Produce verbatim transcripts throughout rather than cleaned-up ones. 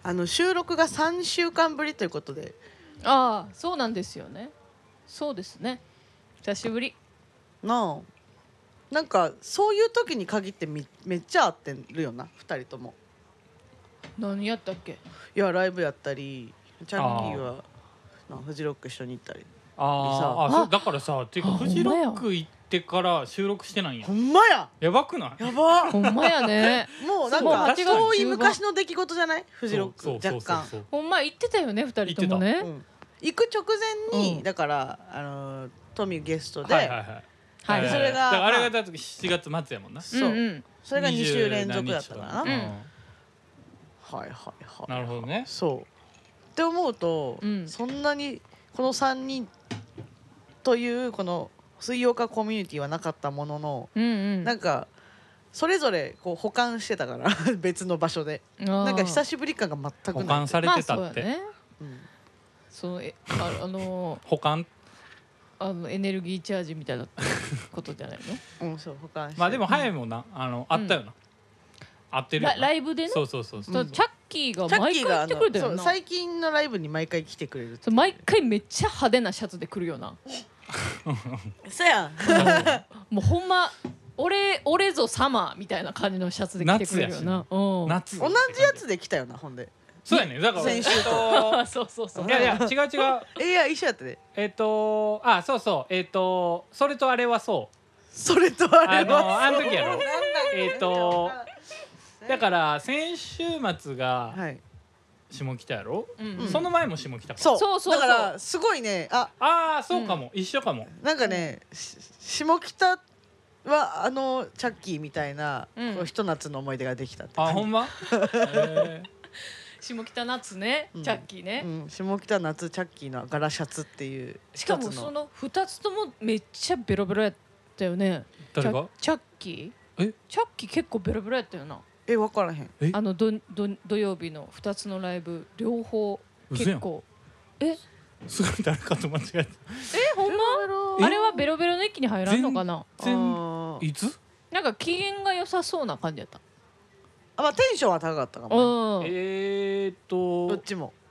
あの収録がさんしゅうかんぶりということで。 ああそうなんですよね。そうですね、久しぶりなあ、なんかそういう時に限ってめめっちゃ合ってるよなふたりとも。 何やったっけ。 いやライブやったり、チャッキーはなフジロック一緒に行ったり。 あーあそうだからさっていうかフジロック行ってから収録してないんや。 ほんまややばくない？ やばほんまやねもうなんもうかはちがつ遠い昔の出来事じゃないフジロそうック若干。 ほんま言ってたよねふたりともね、 うん、行く直前に、 うんだからあのートミーゲストで、 はいはいはいはいでそれがだからあれがまあだってしちがつ末やもんな。 そう、 うんうん、 それがにしゅう連続だったからな、 うんはいはいはいなるほどね。 そうって思うと、 うんそんなにこのさんにんというこの水曜日コミュニティはなかったものの、 うんうん、 なんかそれぞれこう保管してたから別の場所でななんか久しぶり感が全くない。 保管されてたって、 まあそうやね、 うんそうえああのー保管あのエネルギーチャージみたいなことじゃないのうん、そう保管してまあでも早いもんな、あのあったよな、合ってるよラなライブでね。 そうそうそうそう、 だからチャッキーがチャッ毎回来キーがあのそうてくれたよな。 最近のライブに毎回来てくれるってそう毎回めっちゃ派手なシャツで来るよな。 そやんもうほんま俺俺ぞサマーみたいな感じのシャツで来てくれるよな。うん。 夏同じやつで来たよなほんで。 そうやねだから先週えっとあそうそうそう。 いやいや違う違うえいや一緒やったで。 えっとあそうそうえっとそれとあれはそうそれとあれあのはあの時やろなんだえっとだから先週末がはい下北やろ、 うんその前も下北かそうそうそうそうだからすごいねあああそうかも、一緒かもなんかねし下北はあのチャッキーみたいな、 うんこうひと夏の思い出ができたって感じ。 あほんま、え下北夏ね、 うんチャッキーね。 うん、下北夏チャッキーの柄シャツっていうしかも一つその二つともめっちゃベロベロやったよね。 誰がチャチャッキー？ えチャッキー結構ベロベロやったよな。 え分からへん。 えあのどど土曜日のふたつのライブ両方結構えすごい誰かと間違えたえほんまあれはベロベロの駅に入らんのかな。 全あーいつなんか機嫌が良さそうな感じやった。 あ、まあテンションは高かったかも、ね、 うんえーっとどっちも。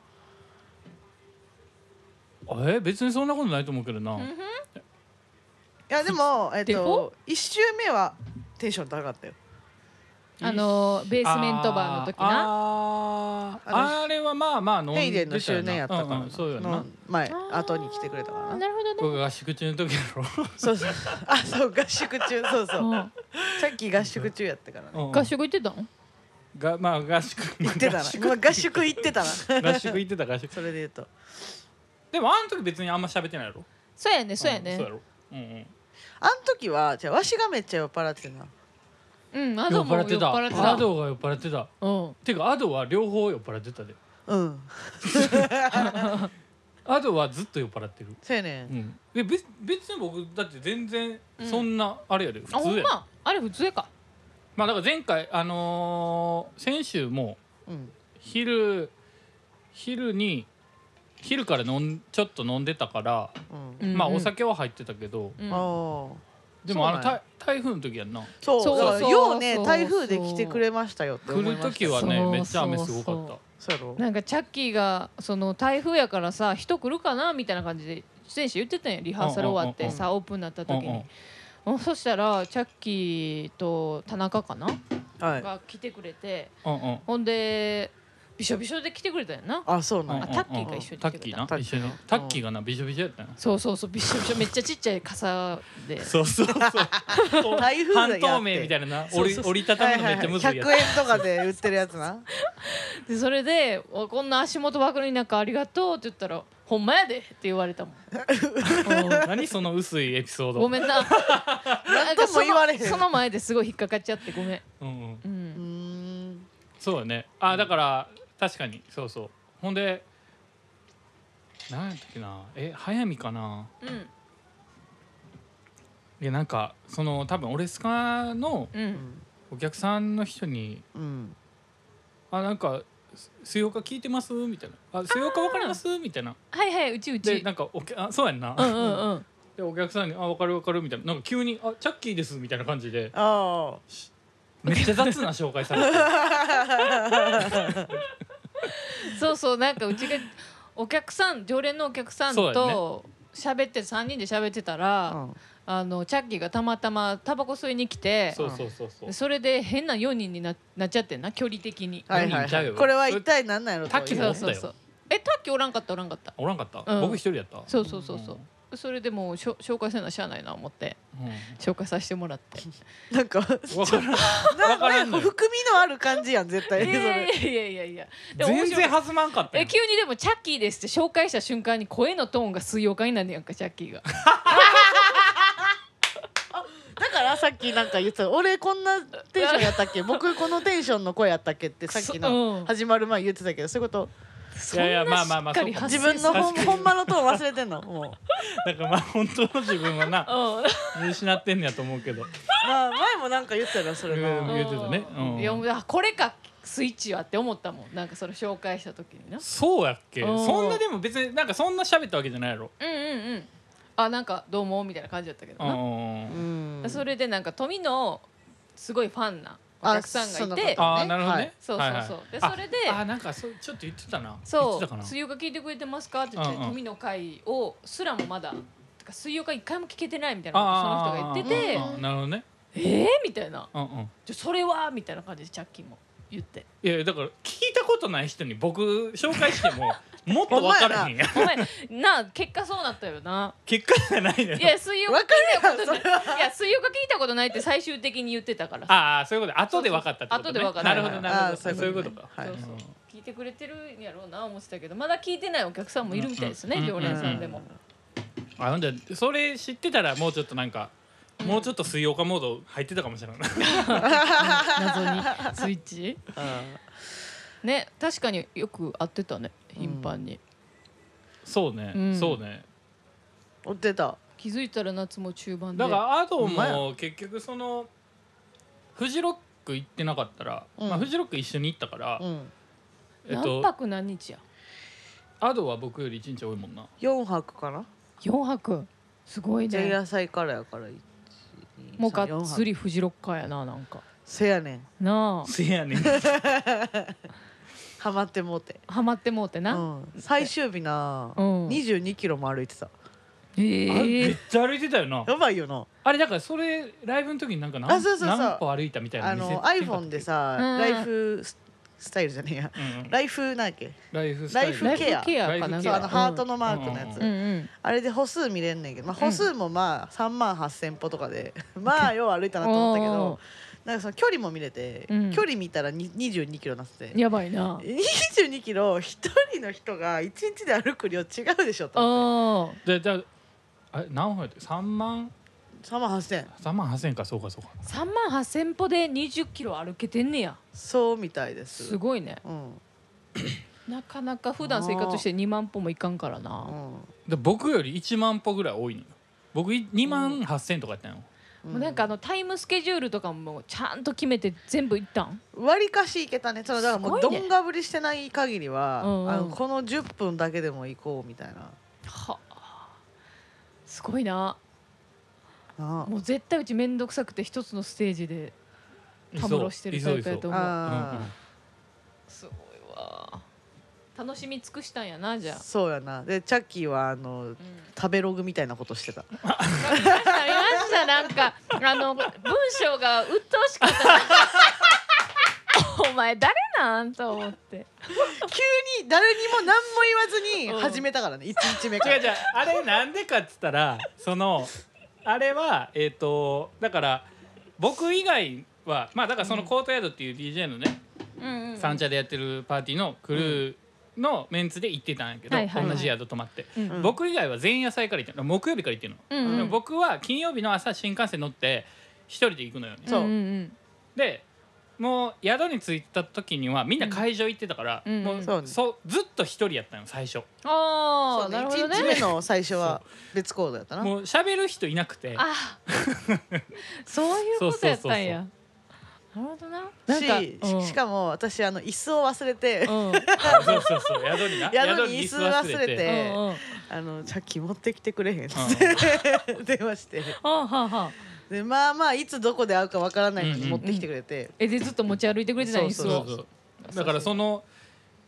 え別にそんなことないと思うけどな、 うんふんいやでもえっデフォと一周目はテンション高かったよ。 あのベースメントバーの時な。 あーあーあれはまあまあ飲んでたよなヘイデンの周年やったから、 うんうんそうやなの前あー後に来てくれたからな。 なるほどね。 僕が合宿中の時やろそうそうあそう合宿中そうそううんチャッキー合宿中やったからね。 うん合宿行ってたん？ がまあ合宿行ってたな合宿まあ合宿行ってたな合宿行ってた合宿それで言うとでもあの時別にあんま喋ってないやろそうやねそうやね。 んそうやろうんうんあん時はじゃあわしがめっちゃ酔っ払ってたな。 うんア酔ドも酔ってっ払った払ってた。 アドが酔っ払ってたうん。 てかアドは両方酔っ払ってたでうんアドはずっと酔っ払ってるそうやねうんんで別別に僕だって全然そんなあれやで普あほ通やでんまあれ普通やか。 まあだから前回あのー先週もうん昼昼に昼から飲んちょっと飲んでたから、 うんまあお酒は入ってたけど、 うんああでもあのそうなんや台台風の時やんなそうそうだからそうようねそう台風で来てくれましたよって来る思いました時はねそうめっちゃ雨すごかそうったそうやろなんかチャッキーがその台風やからさ人来るかなみたいな感じで出演者言ってたんやリハーサル終わっうんうんうんてさオープンになった時うんうんに。うんそしたらチャッキーと田中かなはいが来てくれてうんうんほんでびしょびしょで来てくれたんやな。 あそうなんやあタッキーが一緒にタッキー来てくれた。 な一緒にうんタッキーがなびしょびしょやったなそうそうそうびしょびしょめっちゃちっちゃい傘で。 そうそうそう台風だ半透明みたいななそうそうそう折り折りたたむのめっちゃむずいやつひゃくえんとかで売ってるやつなでそれでおこんな足元ばかりなんかありがとうって言ったらほんまやでって言われたもん。うん何その薄いエピソードごめんな。なんとも言われへんそのその前ですごい引っかかっちゃってごめん。 うんうんう。 うんーんそうだねあだから確かにそうそうほんで何やったっけなえ早見かなうんいやなんかその多分オレスカのううんんお客さんの人にうん 「あなんか水曜日聞いてます?」みたいな「あ水曜日わかります?」みたいなはいはいうちうち。 でなんかお客あそうやんな、 うんうんうん。 でお客さんに「あ分かる分かる」みたいななんか急に「あチャッキーです」みたいな感じでああめっちゃ雑な紹介されてそうそうなんかうちがお客さん常連のお客さんと喋ってさんにんで喋ってたら、うん、あのチャッキーがたまたまタバコ吸いに来て、 そうそうそうそう、 それで変なよにんに な, なっちゃってんな距離的に、 はいはいはい、これは一体何なんやろ。 タッキーもおったよ。 そうそうそう、えタッキーおらんかったおらんかったおらんかった、 うん、 僕一人やった。 そうそうそうそう、うん、それでもうしょ紹介せなしゃあないな思って、うん、紹介させてもらってなんか分からんの含みのある感じやん絶対。 いやいやいやいや全然弾まんかったよ。 え急にでもチャッキーですって紹介した瞬間に声のトーンが水曜日になんねやんかチャッキーがだからさっきなんか言ってた俺こんなテンションやったっけ僕このテンションの声やったっけってさっきの始まる前言ってたけどそういうこと。 いやいやまあまあまあ自分のほんほんまのトーン忘れてんのもうだからまあ本当の自分はな見失ってんねやと思うけどまあ前もなんか言ってたよそれな言ってたね、うん、 いやこれかスイッチはって思ったもんなんかそれ紹介した時にな。 そうやっけ。そんなでも別になんかそんな喋ったわけじゃないやろ。 うんうんうんあなんかどうもみたいな感じだったけどな、うんそれでなんか富のすごいファンなお客さんがいて、 あなるほどね、はい、 そうそうそう、でそれであなんかそちょっと言ってたな。 そう水曜日聞いてくれてますかって言って、うんうん、富の会をすらもまだてか水曜日一回も聞けてないみたいなことその人が言ってて、 あなるほどね。 えーみたいな、 うんうん、 じゃそれはみたいな感じでチャッキーも言って、 いやだから聞いたことない人に僕紹介してももっと分からへんやん。 お前な結果そうなったよな。 結果じゃないのよ。 いや水曜日聞いたことない。いや水曜日聞いたことないって最終的に言ってたからさ。 ああそういうこと。後で分かったってことね。 後で分かった。 なるほどなるほど。そういうことか。 そうそう聞いてくれてるんやろうな思ってたけどまだ聞いてないお客さんもいるみたいですね、常連さんでも。 あなんでそれ知ってたらもうちょっとなんか。もうちょっと水曜日モード入ってたかもしれない謎にスイッチね確かによく会ってたね頻繁に、うん、 そうね、うん、そうね追ってた。 気づいたら夏も中盤でだからアドも結局そのフジロック行ってなかったら、うんまあ、フジロック一緒に行ったから、うんえっと、何泊何日や。 アドは僕よりいちにち多いもんな。 よんはくかな。 よんはくすごいね。 前夜祭からやからもうがっつりフジロッカーやななんか。 せやねんなあせやねんハマってもうてハマってもうてな、 うん、最終日な、うん、にじゅうにキロも歩いてた。 えー、 めっちゃ歩いてたよな。 やばいよなあれだからそれライブの時になんか何, そうそうそう何歩歩いたみたいなあの iPhone でさ、うん、ライフスタイルじゃねえや、うんうん、ライフなんだっけライフスタイルライフケアケアかな。そうあのハートのマークのやつ、うんうんうん、あれで歩数見れんねんけど、まあ、歩数もまあさんまんはっせん歩とかでまあよう歩いたなと思ったけどなんかその距離も見れて、うん、距離見たらににじゅうにキロなっててやばいな。 にじゅうにキロ一人の人がいちにちで歩く量違うでしょと思って。 でじゃあ何歩やってさんまんさんまんはっせんさんまんはっせんか。そうかそうかさんまんはっせん歩でにじゅっキロ歩けてんねや。 そうみたいです。 すごいね、うん、なかなか普段生活してにまん歩もいかんからな、 うん、で僕よりいちまん歩ぐらい多いのよ。僕にまんはっせんとかやったの、 うん、もうなんかあのタイムスケジュールとかもちゃんと決めて全部いったん。 割りかしいけたね。そのだからもうどんがぶりしてない限りは、ねうんうん、あのこのじゅっぷんだけでも行こうみたいな。 はすごいな。もう絶対うちめんどくさくて一つのステージでたむろしてるタイプやと思う。すごいわ。楽しみ尽くしたんやな。じゃあそうやな。でチャッキーはあの、うん、食べログみたいなことしてた。ありましたありましたなんかあの文章が鬱陶しかったお前誰なんと思って急に誰にも何も言わずに始めたからね、いちにちめから。 違う違うあれなんでかっつったらそのあれはえっ、ー、とだから僕以外はまあだからそのコートヤードっていう ディージェー のね、うんうん、三茶でやってるパーティーのクルーのメンツで行ってたんやけど、はいはいはい、同じ宿泊まって、うんうん、僕以外は前夜祭から行ってるの。木曜日から行ってるの、うんうん、でも僕は金曜日の朝新幹線乗って一人で行くのよね。そう、うんうん、でもう宿に着いた時にはみんな会場行ってたから、うん、もう、うん、そずっと一人やったの最初。 ああ、なるほどね。 いちにちめの最初は別行動やったな。 もう喋る人いなくて。 あそういうことやったんや。なるほどな。なんかし、うん、しかも私あの椅子を忘れて、うん、 そうそうそう宿にな宿に椅子忘れて、うんうん、あのチャッキー持ってきてくれへんって、うん、電話して。 はあはあでまあまあいつどこで会うかわからないのに持ってきてくれて、うんうん、 えでずっと持ち歩いてくれてたんですよ。 だからその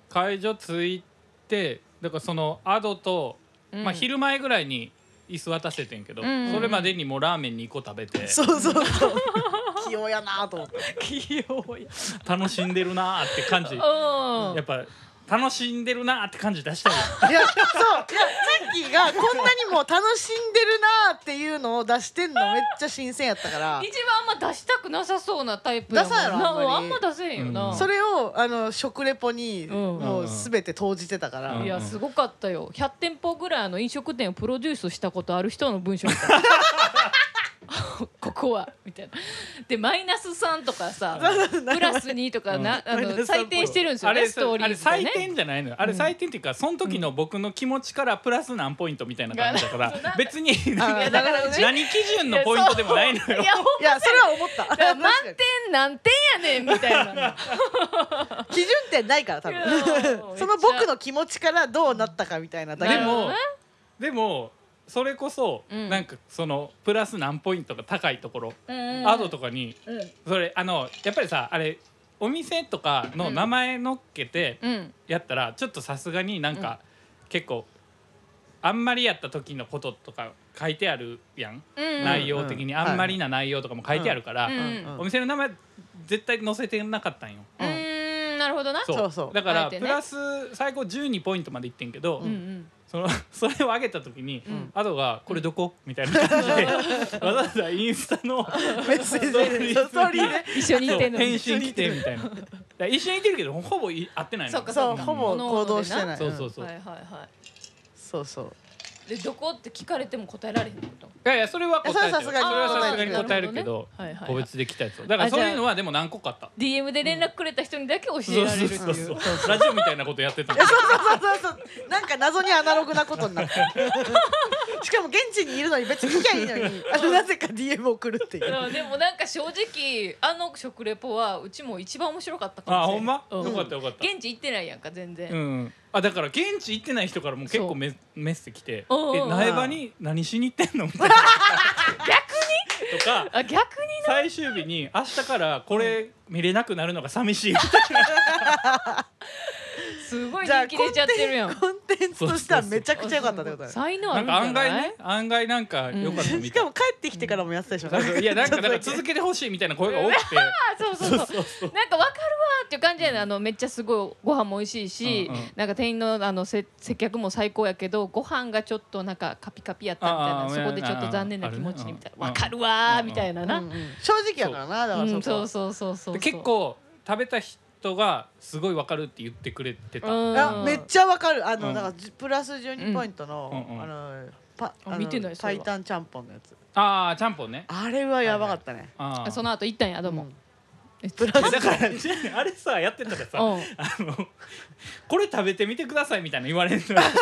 会場着いてだからそのアドと、 うんまあ、昼前ぐらいに椅子渡せてんけど、 うんそれまでにもうラーメンにこ食べてそうそうそう器用やなと思って器用や楽しんでるなーって感じうんやっぱ楽しんでるなーって感じ出したいいやそういやツッキーがこんなにも楽しんでるなっていうのを出してんのめっちゃ新鮮やったから一番あんま出したくなさそうなタイプやもん出さんやろあんまりなあんま出せへんよな、 うんそれをあの食レポにうんもう全て投じてたから、 うんいやすごかったよひゃく店舗ぐらいあの飲食店をプロデュースしたことある人の文章みたいなここはみたいなでマイナスさんとかさプラスにとかな、あの採点してるんですよあれねストーリあれーズでね採点じゃないのよあれ採点っていうかその時の僕の気持ちからプラス何ポイントみたいな感じだからうん別にあだからうち何基準のポイントでもないのよいやほんいやそれは思っただから満点何点やねんみたいな基準点ないから多いや分その僕の気持ちからどうなったかみたいなだけでもなるほどねでもそれこそ、 うんなんかそのプラス何ポイントが高いところ、 うんうんアドとかにうんそれあのやっぱりさあれお店とかの名前乗っけてうんやったらちょっとさすがになんか、結構あんまりやった時のこととか書いてあるやん、 うん内容的に、 うんあんまりな内容とかも書いてあるから、 うんうんお店の名前絶対載せてなかったんよ。 うーんなるほどなそうそうそうだから、 あえてねプラス最高じゅうにポイントまでいってんけど、 うんうんそのそれを上げた時に、 んアドが「これどこ?」みたいな感じでわざわざインスタのメッセージでストーリーで一緒にいてんのに返信来てみたいな。だから一緒にいてるけどほぼい会ってないの。 そっかそうっかほぼ行動してないそうそうそう。 はいはいはそうそういでどこって聞かれても答えられへんってこといやいやそれは答えてそれはさすがにそれはさすがに答える答えるけどなるほどねはいはいはい個別で来たやつをだからそういうのはでも何個かあったディーエム で連絡くれた人にだけ教えられるっていうそうそうそうラジオみたいなことやってたのそうそうそうなんか謎にアナログなことになってしかも現地にいるのに別に聞きゃいいのにあのなぜか ディーエム 送るっていううんでもなんか正直あの食レポはうちも一番面白かったかもしれあほんまうよかったよかった現地行ってないやんか全然、 うんあだから現地行ってない人からも結構メメッセ来て「 うんうんえ苗場に何しに行ってんの?」みたいな逆にとかあ逆にな最終日に明日からこれ見れなくなるのが寂しいみたいなすごいじゃあ人気出ちゃってるやんコンテンツとしてはめちゃくちゃ良かったってことだよ才能あなんかるんじゃない案外ね案外なんか良かったみたいしかも帰ってきてからもやってたでしょそうそういやなんかだからちょっとだ続けてほしいみたいな声が多くてあそうそうそうなんかわかるわっていう感じやねあのめっちゃすごいご飯も美味しいし、 うんうんなんか店員のあのせ接客も最高やけどご飯がちょっとなんかカピカピやったみたいあーなそこでちょっと残念な気持ちにみたいなあるねわかるわーみたいなな、 うんうん正直やからなだからうんそこそうそうそうそうで結構食べた人がすごいわかるって言ってくれてた、 うんいやめっちゃわかるあの、 うんだからじプラスじゅうにポイントの、 うんうんあのパああの見てないそれはタイタンちゃんぽんのやつああちゃんぽんねあれはやばかったね、 あーその後行ったんやどうも、 うんえプラスだからあれさやってたらさ、 うんあのこれ食べてみてくださいみたいな言われるのよ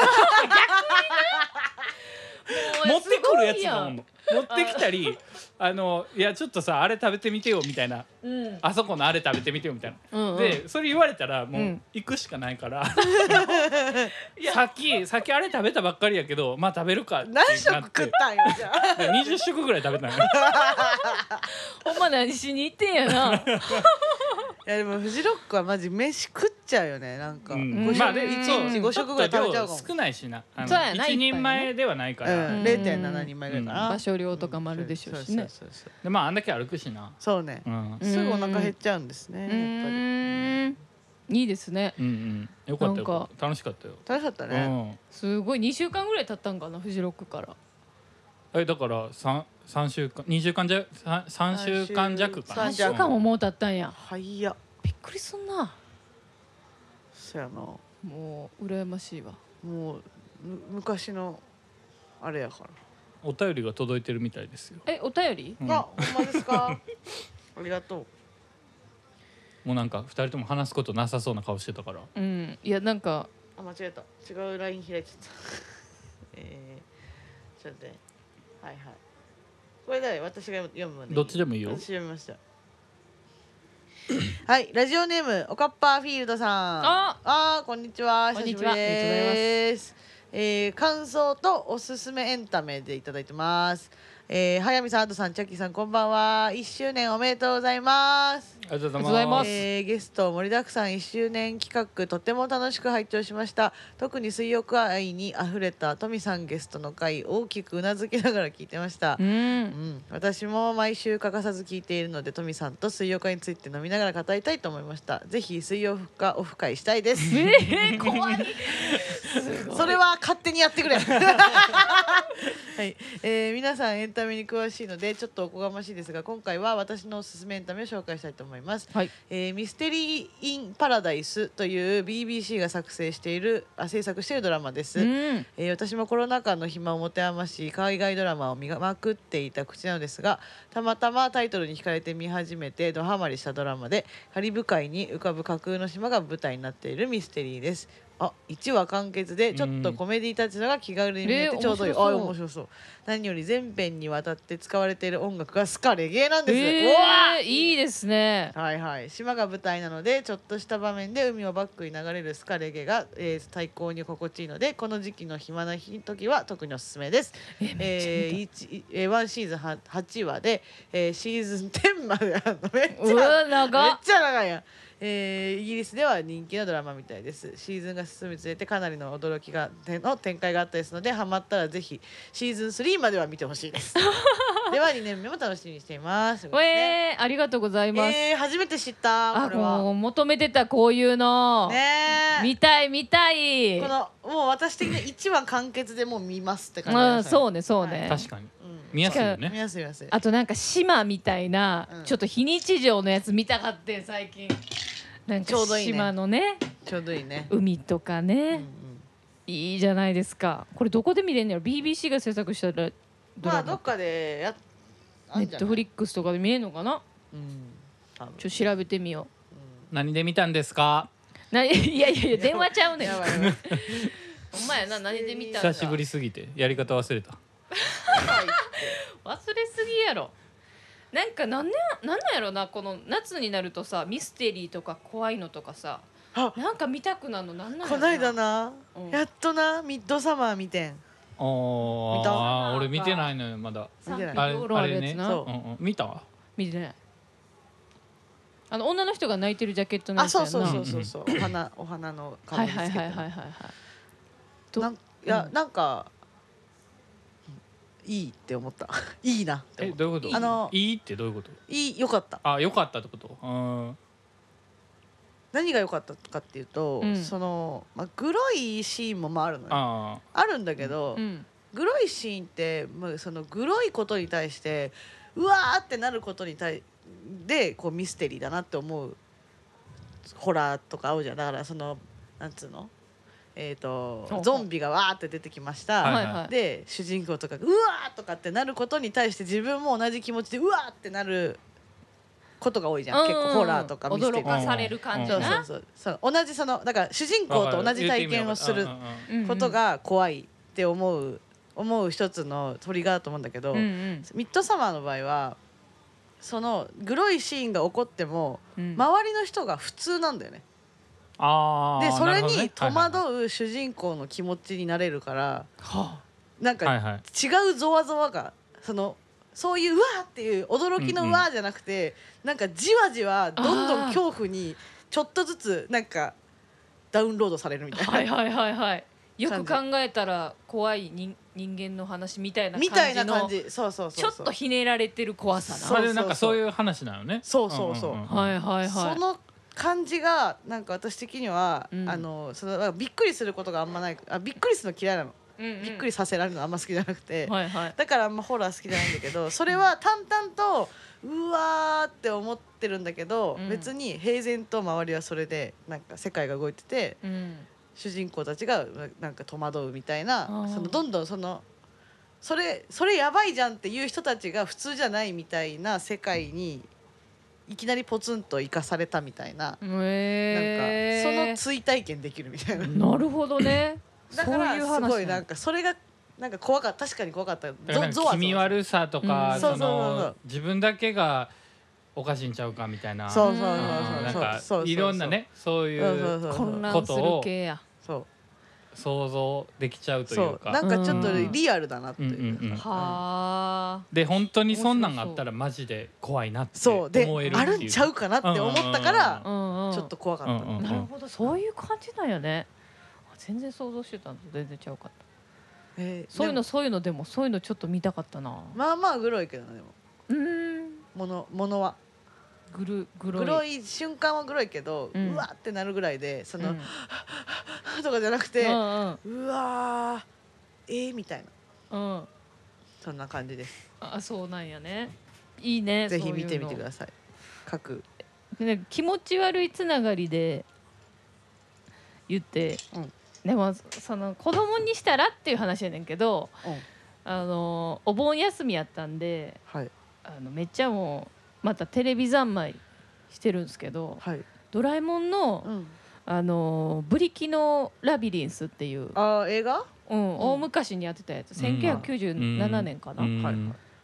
持ってくるやつだもん持ってきたりあのいやちょっとさあれ食べてみてよみたいなうんあそこのあれ食べてみてよみたいな、 うんうんでそれ言われたらもううん行くしかないから、さっきさっきあれ食べたばっかりやけどまあ食べるかってなって何食食ったんよじゃあにじゅっ食ぐらい食べたのよほんま何しに行ってんやないやでもフジロックはマジ飯食っちゃうよねなんか、 うんご食まあで一そう日ご食ぐらい食べちゃうかもちょっと量少ないしなあのそうやな一人前ではないかうら、 ん、れいてんななにんまえぐらいかな、 場所量とかもあるでしょうしねそうそうそうでまああんだけ歩くしな、 そうね、 うん、 すぐお腹減っちゃうんですね、 うやっぱりーんいいですねうんうんよかったなんかよ楽しかったよ、 楽しかったね、 うんすごいにしゅうかんぐらい経ったんかなフジロックからえだから三三週間二週間じゃ三三週間弱かな。 さんしゅうかんももう経ったんやはいやびっくりすんなそやなもう羨ましいわもうむ昔のあれやから、 お便りが届いてるみたいですよ。 えお便りうんあほんまですかありがとうもうなんか二人とも話すことなさそうな顔してたから。 うんいやなんかあ間違えた違うライン開いちゃったえー、ちょっと待ってはいはいこれだ私が読むのでどっちでもいいよ私読みましたはいラジオネームおかっぱフィールドさんああーこんにちはこんにちは久しぶりですえー、感想とおすすめエンタメでいただいてますえー、早見さん、アドさん、チャッキーさん、こんばんは。いっしゅうねんおめでとうございます。 ありがとうございます。 えー、ゲスト盛りだくさんいっしゅうねん企画とても楽しく拝聴しました。特に水浴愛にあふれたトミさんゲストの回大きくうなずきながら聞いてました、 うん、 うん、私も毎週欠かさず聞いているのでトミさんと水浴愛について飲みながら語りたいと思いました。ぜひ水浴化オフ会したいです。 えー、怖いそれは勝手にやってくれはい、えー、皆さんエンタメに詳しいのでちょっとおこがましいですが、今回は私のおすすめエンタメを紹介したいと思います、 はい、 えー、ミステリー・イン・パラダイスという ビービーシー が作成しているあ制作しているドラマです、 うん、 えー、私もコロナ禍の暇を持て余し海外ドラマを見まくっていた口なのですが、たまたまタイトルに惹かれて見始めてドハマりしたドラマで、カリブ海に浮かぶ架空の島が舞台になっているミステリーです。あ、いちわ完結でちょっとコメディタッチのが気軽に見えてちょうどいい、 えー、面白そう。 あ、面白そう。何より全編にわたって使われている音楽がスカレゲーなんです、 えー、 うわいいですね。 はいはい、島が舞台なのでちょっとした場面で海をバックに流れるスカレゲが、えー、最高に心地いいので、この時期の暇な日時は特におすすめです。えー、いちえー、ワンシーズンはちわで、えー、シーズンじゅうまであるのめっちゃうわ長めっちゃ長いやん。えー、イギリスでは人気のドラマみたいです。シーズンが進むにつれてかなりの驚きがの展開があったですので、ハマったらぜひシーズンスリーまでは見てほしいですではにねんめも楽しみにしています。 えー、ありがとうございます。 えー、初めて知った。 あ、これはもう求めてたこういうの、 ね、 見たい見たい。 このもう私的にいちわ完結でもう見ますって感じ、 うん、そうねそうね、 はい、確かに、うん、見やすいよね。 見やすい見やすい。 あとなんか島みたいな、うん、ちょっと非日常のやつ見たかって最近。なんか島のね、 ちょうどいいね、 海とかね、うんうん、いいじゃないですか。これどこで見れんのやろ。 ビービーシー が制作したドラマ、 まあどっかでやネットフリックスとかで見えるのかな、うん、ちょっと調べてみよう、うん、 何で見たんですか。 ないいやいやいや電話ちゃうねんお前な、何で見たんだ。 久しぶりすぎてやり方忘れた忘れすぎやろ。なんかなんねなんなんやろな、この夏になるとさ、ミステリーとか怖いのとかさ、なんか見たくなるのなんなんやろな。 こないだな、うん、やっとなミッドサマー見てん。 見た？あ、俺見てないのよまだ。 見てない。あれあれね、 そう、 うんうん、見た？ 見てない。あの女の人が泣いてるジャケットのやつやな。 あ、そうそうそうそう、お花お花の顔につけて。はいはいはいはいはい。 なんいや、うん、なんかいいって思ったいいなって思った。 え、どういうこと？あのいいってどういうこと？ いい、よかった。 あ、よかったってこと？うん。 何が良かったかっていうと、うん、その、まあ、グロいシーンもまああるのよ。あ, あるんだけど、うん、グロいシーンって、まあ、そのグロいことに対してうわーってなることに対でこうミステリーだなって思うホラーとか合うじゃん。だからそのなんつうの、えーと、ゾンビがわーって出てきました、はいはい、で主人公とかうわーとかってなることに対して自分も同じ気持ちでうわーってなることが多いじゃん、うん、結構ホラーとかミステリー、 驚かされる感じな、 そうそうそうそう、同じそのだから主人公と同じ体験をすることが怖いって思う思う一つのトリガーだと思うんだけど、うんうん、ミッドサマーの場合はそのグロいシーンが起こっても、うん、周りの人が普通なんだよね。 あでそれに戸惑う主人公の気持ちになれるから、はい、なんか違うゾワゾワがそのそういううわーっていう驚きのうわーじゃなくて、うんうん、なんかじわじわどんどん恐怖にちょっとずつなんかダウンロードされるみたいな。 はいはいはいはい。よく考えたら怖い人人間の話みたいな感じの、 みたいな感じ、そうそうそうそう、 ちょっとひねられてる怖さな。 それなんかそういう話なのね。 そうそうそう、 はいはいはい。 その感じがなんか私的には、うん、あのそのびっくりすることがあんまない、あびっくりするの嫌いなの。うんうん、びっくりさせられるのあんま好きじゃなくて、はいはい、だからあんまホラー好きじゃないんだけど、それは淡々とうわーって思ってるんだけど、うん、別に平然と周りはそれでなんか世界が動いてて、うん、主人公たちがなんか戸惑うみたいな、そのどんどんそのそれそれやばいじゃんっていう人たちが普通じゃないみたいな世界にいきなりポツンと生かされたみたいな、 へー、なんかその追体験できるみたいな。 なるほどね。 だからすごいなんかそれがなんか怖かった、確かに怖かった。 気味悪さとか、その自分だけがおかしいんちゃうかみたいな、 そうそうそうそう、なんかいろんなねそういうことを想像できちゃうというか、 なんかちょっとリアルだなっていう、 うんうんうん、 はあで本当にそんなんがあったらマジで怖いなってそうで思えるっていう、 あるんちゃうかなって思ったからうんうんちょっと怖かった、うんうんうん、 なるほどそういう感じなんやね。全然想像してたのと全然ちゃうかった、えー、そういうのそういうのでもそういうのちょっと見たかったな。 まあまあグロいけどねでもうんものものはグルグロいグロい瞬間はグロいけど、うん、うわってなるぐらいでその、うん、とかじゃなくて、うんうん、うわーえー、みたいな、うん、そんな感じです。 あそうなんやね。いいね。 ぜひ見てみてください。各ね、気持ち悪いつながりで言って、うん、でもその子供にしたらっていう話やねんけど、うん、あのお盆休みやったんで、はい、あのめっちゃもうまたテレビ三昧してるんですけど、はい、ドラえもんの、うん、あのブリキのラビリンスっていうあ映画、 うん、大昔にやってたやつ、うん、せんきゅうひゃくきゅうじゅうななねんかな、うんはい、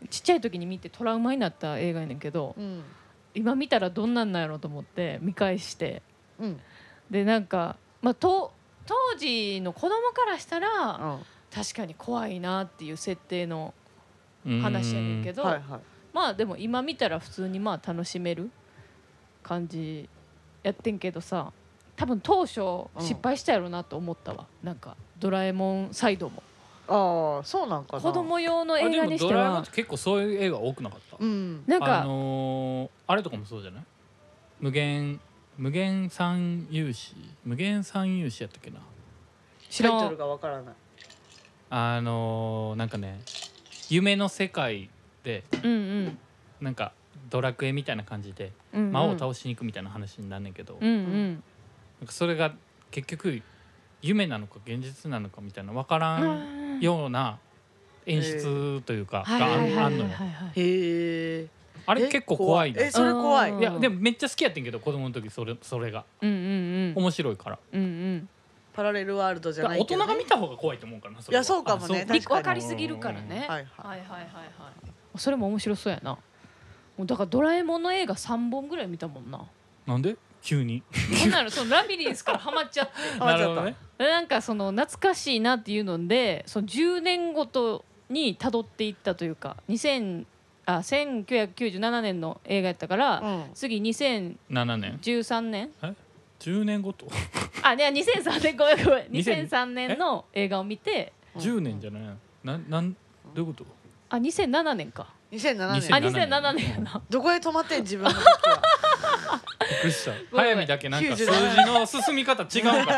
ちっちゃい時に見てトラウマになった映画やねんけど、うん、今見たらどんなんなんやろうと思って見返して、うん、でなんか、まあ、と当時の子供からしたら、うん、確かに怖いなっていう設定の話やねんけど、はいはい、まあでも今見たら普通にまあ楽しめる感じやってんけどさ、多分当初失敗したやろなと思ったわ、うん、なんかドラえもんサイドも。 ああそうなんかな。 子供用の映画にしてはドラえもんって結構そういう映画多くなかった、うん、なんかあのー、あれとかもそうじゃない？無限無限三勇士無限三勇士やったっけな。 タイトルがわからない。 あのー、なんかね夢の世界で、うんうん、なんかドラクエみたいな感じで、うんうん、魔王を倒しに行くみたいな話になんねんけど、うんうん、なんかそれが結局夢なのか現実なのかみたいな分からんような演出というかがあんのよ。へえ。あれ結構怖いね。 えそれ怖い。 いやでもめっちゃ好きやってんけど子供の時それそれが、うんうんうん、面白いから。うんうん、 パラレルワールドじゃないけど、 ね、大人が見た方が怖いと思うからな。それはいやそうかもね。 分かりすぎるからね。はいはいはいはい。それも面白そうやな。もうだからドラえもんの映画さんぼんぐらい見たもんな。 なんで？急に。 ほんならそのラビリンスからハマっちゃって。 なるほどね。 なんかその懐かしいなっていうので、そのじゅうねんごとに辿っていったというか、にせんあせんきゅうひゃくきゅうじゅうななねんの映画やったから、うん、次にせんじゅうさんねん。 え？じゅうねんごと？ あ、ね、にせんさんねんごめんごめん。にせんさんねんの映画を見て。 じゅうねんじゃない？ななんどういうこと？ あ、にせんななねんか。 にせんななねん。 あ、にせんななねんやな。 どこへ止まってん自分の時は。 びっくりした。早見だけなんか数字の進み方違うかと思った。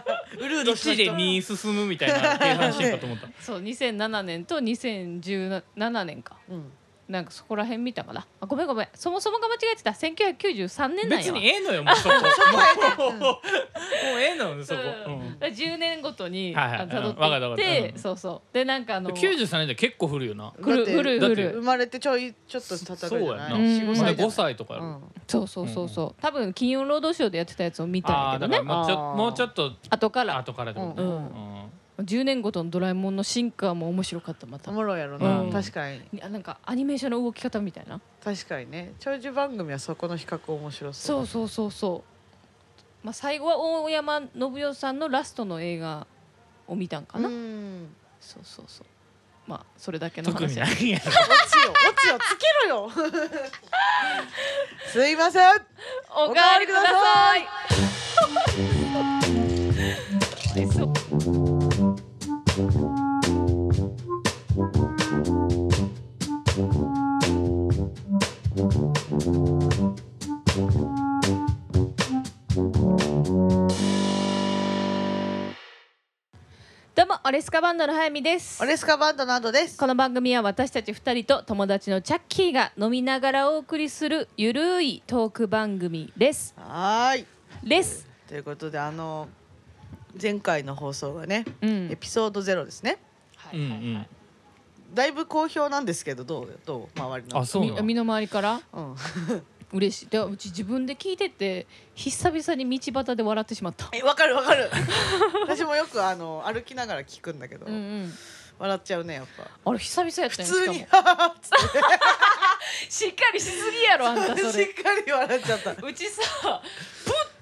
ウルードいちでに進むみたいな計算してんかと思った。 そう、にせんななねんとにせんじゅうななねんか。うん、なんかそこら辺見たかな。あ、ごめんごめん。そもそもが間違えてた。せんきゅうひゃくきゅうじゅうさんねんなんやわ。 別にええのよもうそこ。もうええのよそこ。 うん、じゅうねんごとに辿っていって、そうそうでなんかあのきゅうじゅうさんねんで結構古いよな。 古い古い古い。 生まれてちょいちょっと経ったぐらいじゃない。 そうやな。ごさいごさいとかやろ。 そうそうそうそう。多分金曜ロードショーでやってたやつを見たんだけどね。 もうちょもうちょっと後から後からってことね。 じゅうねんごとのドラえもんの進化も面白かった。またおもろいやろな、うん、確かになんかアニメーションの動き方みたいな。 確かにね長寿番組はそこの比較面白そう。 そうそうそうそう、まあ、最後は大山信代さんのラストの映画を見たんかな。うんそうそうそう、まあそれだけの話や。 特にないやろ。 オチをオチをつけろよ。すいませんおかわりください。どうもオレスカバンドの早見です。 オレスカバンドのアドです。 この番組は私たちふたりと友達のチャッキーが飲みながらお送りするゆるいトーク番組です。 はいですということで、あの前回の放送がね、うん、エピソードゼロですね。はいはいはい、だいぶ好評なんですけど、どうどう周りの。 あ、そうなの。 身の回りから、うん、嬉しい。でうち自分で聞いてて久々に道端で笑ってしまった。 え、わかるわかる。私もよくあの歩きながら聞くんだけど、うん、うん、笑っちゃうねやっぱ。 あれ久々やったよ。 普通にしっかりしすぎやろあんたそれ。 しっかり笑っちゃった。 うちさプッ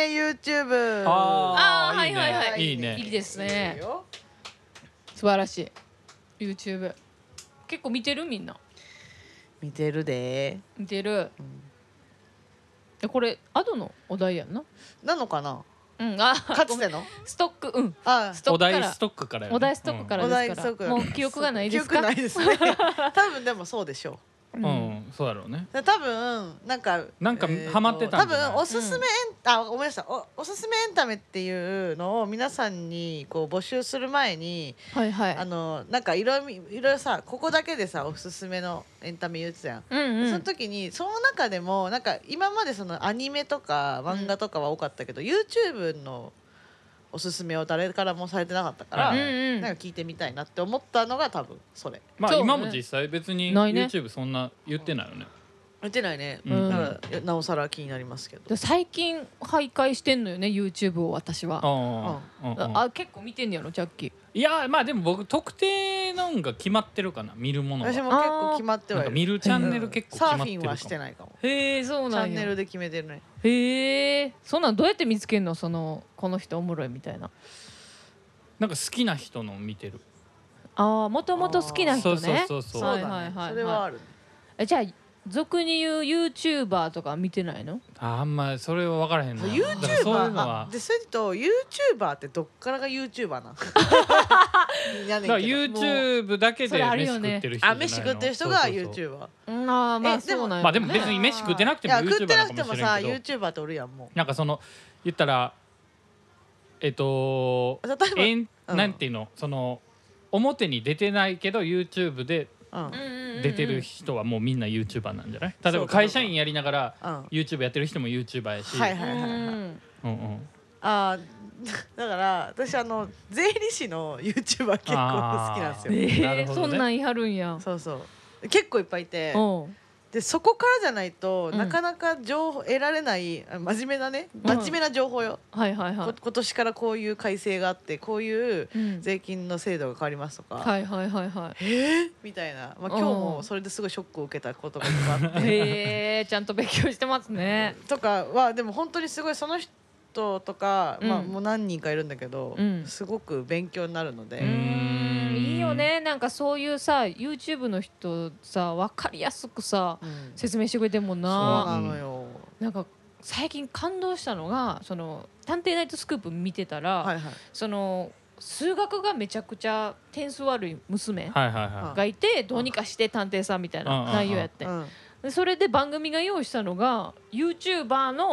YouTube。 ああーはいはいはいいいねいいですねいいよ素晴らしい YouTube 結構見てるみんな見てるで。 見てる、 うんえこれアドのお題やんななのかな。 うんあかつての。 ストックうんあストッおクから題ストックからよねお題ストックからお題ですから、 ストックもう記憶がないですか記憶ないですね。多分でもそうでしょう。 うん、うんそうだろうね。 で多分なんかなんかえーとハマってたんじゃない多分おすすめエン、あ思い出したおおすすめエンタメっていうのを皆さんにこう募集する前にはいはいあのなんかいろいろいろいろさここだけでさおすすめのエンタメ言ってたやん、 うんうんその時にその中でもなんか今までそのアニメとか漫画とかは多かったけど、YouTube のおすすめを誰からもされてなかったから、 うんうんなんか聞いてみたいなって思ったのが多分それ。 そうねまあ今も実際別にないね YouTube そんな言ってないよね。 言ってないね、 うんだからなおさら気になりますけど。 で最近徘徊してんのよね YouTube を私はああ、うんうんあ結構見てんねやろジャッキーいやまあでも僕特定のんが決まってるかな見るものは。 私も結構決まってはいる。 なんか見るチャンネル結構決サまってるかも。 ーフィンはしてないかも。 へえそうチなんやャンネルで決めてるね。 へえそんなんどうやって見つけんのそのこの人おもろいみたいななんか好きな人の見てる。 ああもともと好きな人ねそうそうそうそうそうだね、 はいはいはいそれはあるね。 えじゃあ俗に言う YouTuber とか見てないのああんまそれは分からへんな。だからそういう YouTuber のはあでそれと YouTuber ってどっからが YouTuber なんやねだからんけど YouTube だけそでれあるよね飯食ってる人じゃあないの。 飯食ってる人がそうそうそう YouTuber。 うんあーまあえでもそうなんやまあでも別に飯食ってなくてもいや食って YouTuber ななのかもくてもさしれんけど YouTuber っておるやんもなんかその言ったらえっとう。例えば、 えんうんなんていうのその表に出てないけど YouTube でうんうんうんうんうん出てる人はもうみんな YouTuber なんじゃない？例えそうかば会社員やりながらうん YouTube やってる人も YouTuber やし、 はいはいはいはい。 うんうんうんあーだから私あの税理士の YouTuber 結構好きなんですよ。 えーなるほどねそんなん言い張るんやそうそう結構いっぱいいておうでそこからじゃないと、 うんなかなか情報得られないあ真面目なね真面目な情報よ、 はいはいはいこ今年からこういう改正があってこういううん税金の制度が変わりますとか、 はいはいはいはえー、みたいな、まあ、今日もそれですごいショックを受けたことがいっぱいあっいてへえちゃんと勉強してますねとかはでも本当にすごいその人とか、まあ、 うんもう何人かいるんだけど、 うんすごく勉強になるので、 うーんいいよねなんかそういうさ YouTube の人さ分かりやすくさうん説明してくれてんもんそうななのよ、 なんか最近感動したのがその探偵ナイトスクープ見てたら、 はいはいその数学がめちゃくちゃ点数悪い娘はいはいはがいてどうにかして探偵さんみたいな内容やってうんでそれで番組が用意したのが YouTuber の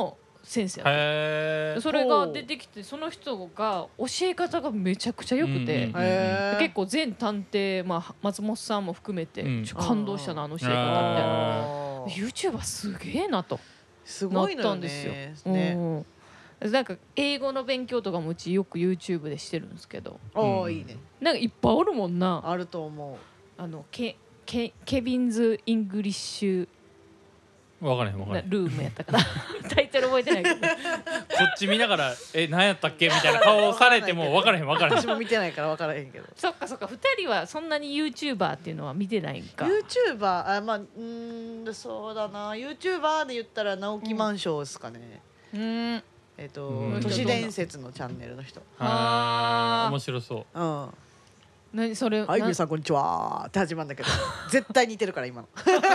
先生やってそれが出てきてその人が教え方がめちゃくちゃ良くて、うんうんうん、結構全探偵、まあ、松本さんも含めて、うん、ちょ感動したなあの教え方みたいな YouTuber すげえなとすごいのよね、 なったんですよ、ね、うん、なんか英語の勉強とかもうちよく YouTube でしてるんですけど、 おーいいね、 なんかいっぱいおるもんな。 あると思う。 あのケケケビンズ・イングリッシュ分からへん分からへんルームやったかなタイトル覚えてないけどこっち見ながらえ何やったっけみたいな顔されても分からへん分からへん私も見てないから分からへんけどそっかそっかふたりはそんなに YouTuber っていうのは見てないんか。 YouTuber あまあうんそうだな YouTuber で言ったら直木マンションですかね、うん、えっ、ー、と都市伝説のチャンネルの人。 ああ面白そう。 うん何それはい皆さんこんにちはって始まるんだけど絶対似てるから今の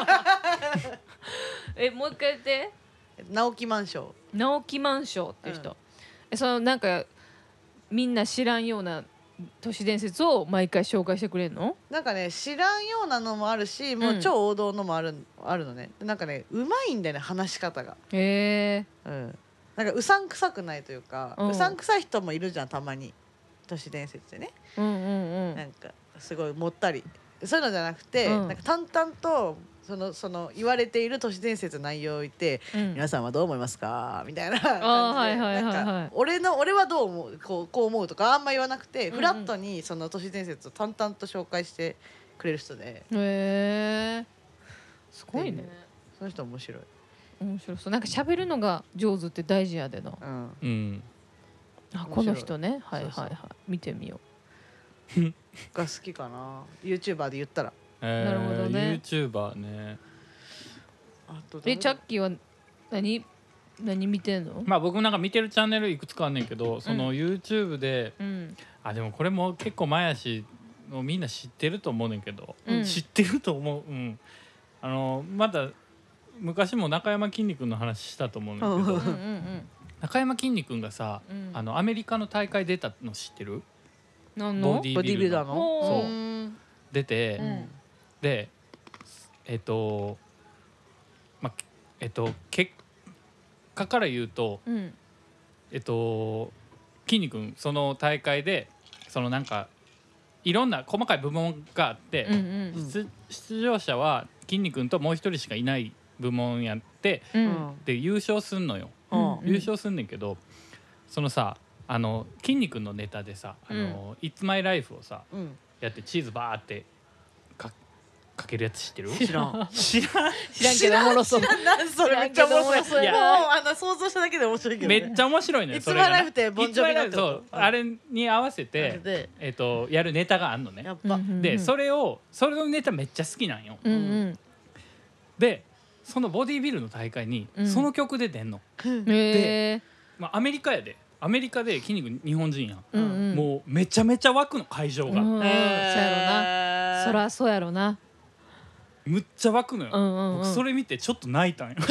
えもう一回言って直木マンション直木マンションっていう人、うん、えそのなんかみんな知らんような都市伝説を毎回紹介してくれるの？ なんかね知らんようなのもあるしもう超王道のもある、うん、あるのね。なんかねうまいんだよね話し方が。 へえ、 うん、なんかうさんくさくないというか、うん、うさんくさい人もいるじゃんたまに都市伝説でね、 うんうんうん、 なんかすごいもったりそういうのじゃなくて、うん、なんか淡々とそのその言われている都市伝説の内容を言って、うん、皆さんはどう思いますかみたいな感じで、はいはいはいはい、なんか俺の俺はどう思うこうこう思うとかあんま言わなくて、うんうん、フラットにその都市伝説を淡々と紹介してくれる人で。へえすごいね。 その人面白い。 面白そう。なんか喋るのが上手って大事やでな。うん。うんあこの人ねはいはいはい見てみようが好きかな YouTuber で言ったら、 えー、なるほどね YouTuber ね。 あとえチャッキーは何何見てんの？ まあ僕なんか見てるチャンネルいくつかあんねんけど、うん、その YouTube で、うん、あでもこれも結構前やしもうみんな知ってると思うねんけど、うん、知ってると思う、うん、あのまだ昔も中山きんに君の話したと思うねんけどうんうん、うん中山きんに君がさ、うん、あのアメリカの大会出たの知ってる？ 何の？ ボディビルダーのそう出て、うん、でえっとまあえっと結果から言うと、うん、えっときんに君その大会でそのなんかいろんな細かい部門があって、うんうん、出, 出場者はきんに君ともう一人しかいない部門やって、うん、で優勝すんのよ。うん、優勝すんねんけどそのさあのきんに君のネタでさ「あのうん、It's My Life」をさ、うん、やってチーズバーってかかけるやつ知ってる？ 知らん知らん知らんけどおもろそう。 それめっちゃおもろそう。もうあの想像しただけで面白いけど、ね、 めっちゃ面白いね。 It's My Life ってボンジョビのってこと？ あれに合わせてえっとやるネタがあんのね。やっぱでそれをそれのネタめっちゃ好きなんよ。うんうん、でそのボディービルの大会にその曲で出んの、うん、で、まあ、アメリカやでアメリカで筋肉日本人やん、うんうん、もうめちゃめちゃ湧くの会場が、うん、 そうやろなそらそうやろなむっちゃ湧くのよ、うんうんうん、僕それ見てちょっと泣いたんよ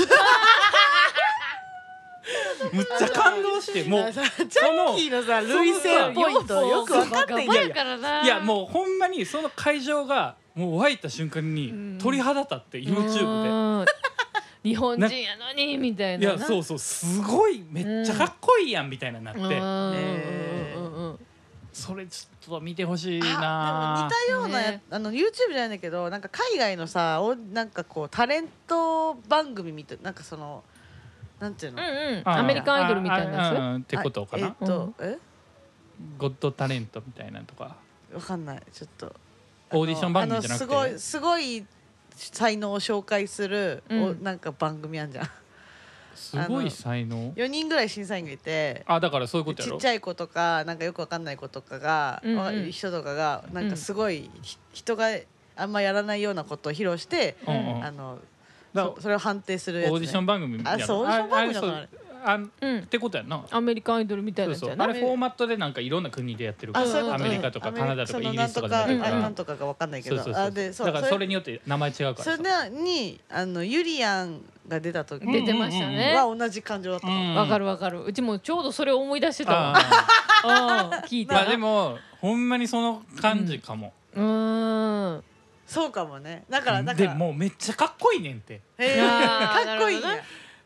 むっちゃ感動してもうチャッキーのさ類線ポイントよく分かってんやいやもうほんまにその会場がもう湧いた瞬間に鳥肌立って YouTube で日本人やのにみたいな。 いやそうそうすごいめっちゃかっこいいやんみたいななって、えー、それちょっと見てほしいな。 でも似たようなや、ね、あの YouTube じゃないんだけどなんか海外のさおなんかこうタレント番組みたいなんかそのなんていうの、 うんうん、アメリカンアイドルみたいなやつ、 うん、ってことかな。 えっと、うん、えゴッドタレントみたいなとかわかんないちょっとオーディション番組じゃなくてすごいすごい才能を紹介する、うん、なんか番組あんじゃんすごい才能よにんぐらい審査員がいてあだからそういうことやろちっちゃい子とかなんかよくわかんない子とかが、うんうん、人とかがなんかすごい、うん、人があんまやらないようなことを披露して、うんうん、あの そ, それを判定するやつ、ね、 オーディション番組みたいなあそうオーディション番組だからあれあ、うん、ってことやなアメリカンアイドルみたいなやつやな。 そうそうあれフォーマットでなんかいろんな国でやってるからアメリカとかカナダとかイギリスとかでやってるからなんとかが分かんないけどそうそうそうでそうだからそれによって名前違うからそれにあのユリアンが出た時出てましたねは同じ感情だったわかるわかるうちもちょうどそれを思い出してたわあ聞いてまあでもほんまにその感じかもうんそうかもねだからだからでもうめっちゃかっこいいねんってへかっこいいんや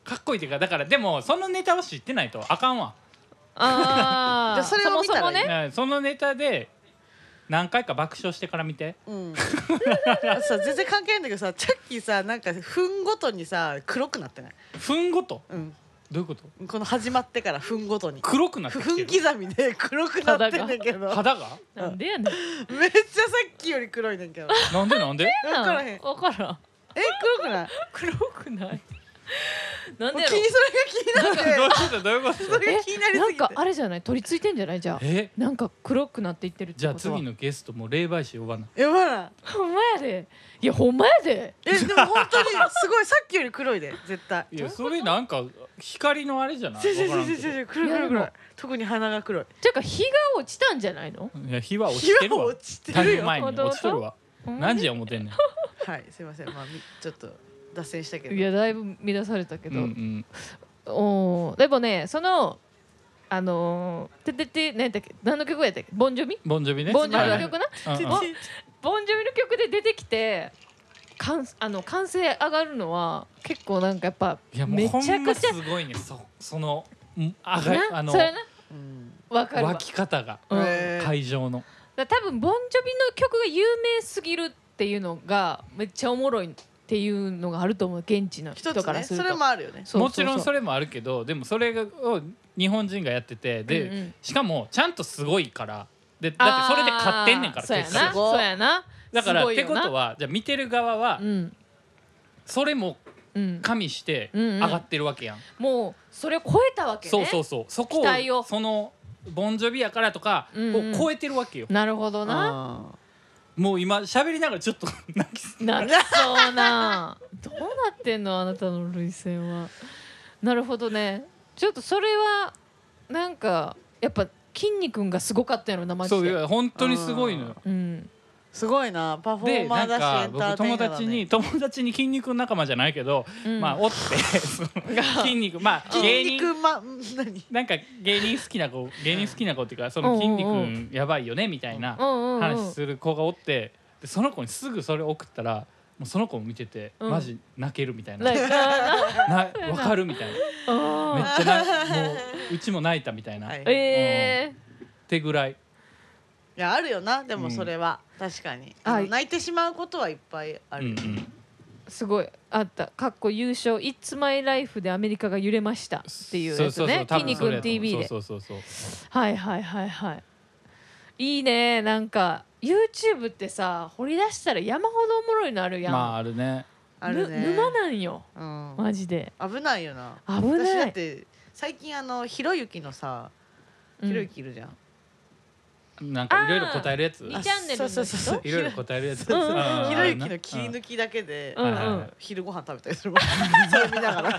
かっこいいっていうかだからでもそのネタを知ってないとあかんわ。 あじゃあそれを見たらいいそもそもねねそのネタで何回か爆笑してから見て。 うんさ全然関係ないんだけどさチャッキーさなんか分ごとにさ黒くなってない？ 分ごとうんどういうこと？ この始まってから分ごとに黒くなってきて分る刻みで黒くなってんねんけど肌がなんでやねん。 めっちゃさっきより黒いねんけどなんでなんで分からへん分からん。 え黒くない黒くない。なんもうでやろ気にそれが気になってどういうことどういうことそれが気になりなんすぎてかあれじゃない取り付いてんじゃないじゃあえなんか黒くなっていってるってじゃあことは次のゲストも霊媒師呼ばなやばないほんまやでいやほんまやでえでも本当にすごいさっきより黒いで絶対いやそれなんか光のあれじゃない違う違わからんけどう違う違う黒い黒い黒いいやでも特に鼻が黒いていうか日が落ちたんじゃないのいや火は落火ちてるわは落ちてだいるよぶ前に落ちとるわ何時や思ってんねんはいすいませんまあみちょっと脱線したけどいやだいぶ乱されたけど、 うんうんおーでもねそのあのー、ててて何だっけ何の曲やったっけボンジョビボンジョビねボンジョビはいの曲なうんうんボンボンジョビの曲で出てきてかんあの歓声上がるのは結構なんかやっぱいやもうめほんますちゃくちゃごいねそそのんあがあのなそれなうんわかるわ湧き方がうんへー会場のだから多分ボンジョビの曲が有名すぎるっていうのがめっちゃおもろいっていうのがあると思う現地の一つね人からするとそれもあるよねそうそうそうもちろんそれもあるけどでもそれがを日本人がやっててで、 うんうんしかもちゃんとすごいからでだってそれで勝ってんねんからあーそうや結果なそうやなだからってすごいよなことはじゃあ見てる側はうんそれもうん加味してうんうん上がってるわけやん、 もうそれを超えたわけねそうそうそうそこ期待ををそのボンジョビやからとかうんうんを超えてるわけよ、 なるほどなあもう今喋りながらちょっと泣きすなりそうなどうなってんのあなたの涙腺はなるほどねちょっとそれはなんかやっぱ筋肉がすごかったやろなマジでそういや本当にすごいのようんーすごいなパフォでーマーだしなんかエンターテイナーだね僕友達に友達に筋肉仲間じゃないけど、 うんまあおってその筋肉まあ芸筋人肉ま何なんか芸人好きな子芸人好きな子っていうかその筋肉やばいよねみたいなうんうんうん話する子がおってでその子にすぐそれ送ったらもうその子も見ててうんマジ泣けるみたいななんかなわかるみたいなあめっちゃなもううちも泣いたみたいな、 はいっーえてぐらいいやあるよなでもそれは確かにああの泣いてしまうことはいっぱいあるようんうんー、すごいあったかっこ優勝「It's My Life」でアメリカが揺れましたっていうやつね「 多筋肉分それやと思うティーブイ」でそうそうそうそうはいはいはいはいいいねなんか YouTube ってさ掘り出したら山ほどおもろいのあるやん、 まああるねあるねぬ沼なんようんマジで危ないよな危ない私だって最近あのひろゆきのさうんひろゆきいるじゃんなんかいろいろ答えるやつにチャンネルの人そうそうそうそういろいろ答えるやつそうそううんうんうんひろゆきの切り抜きだけでうんうんはいはいはい昼ご飯食べたりするもんそれ見ながら何で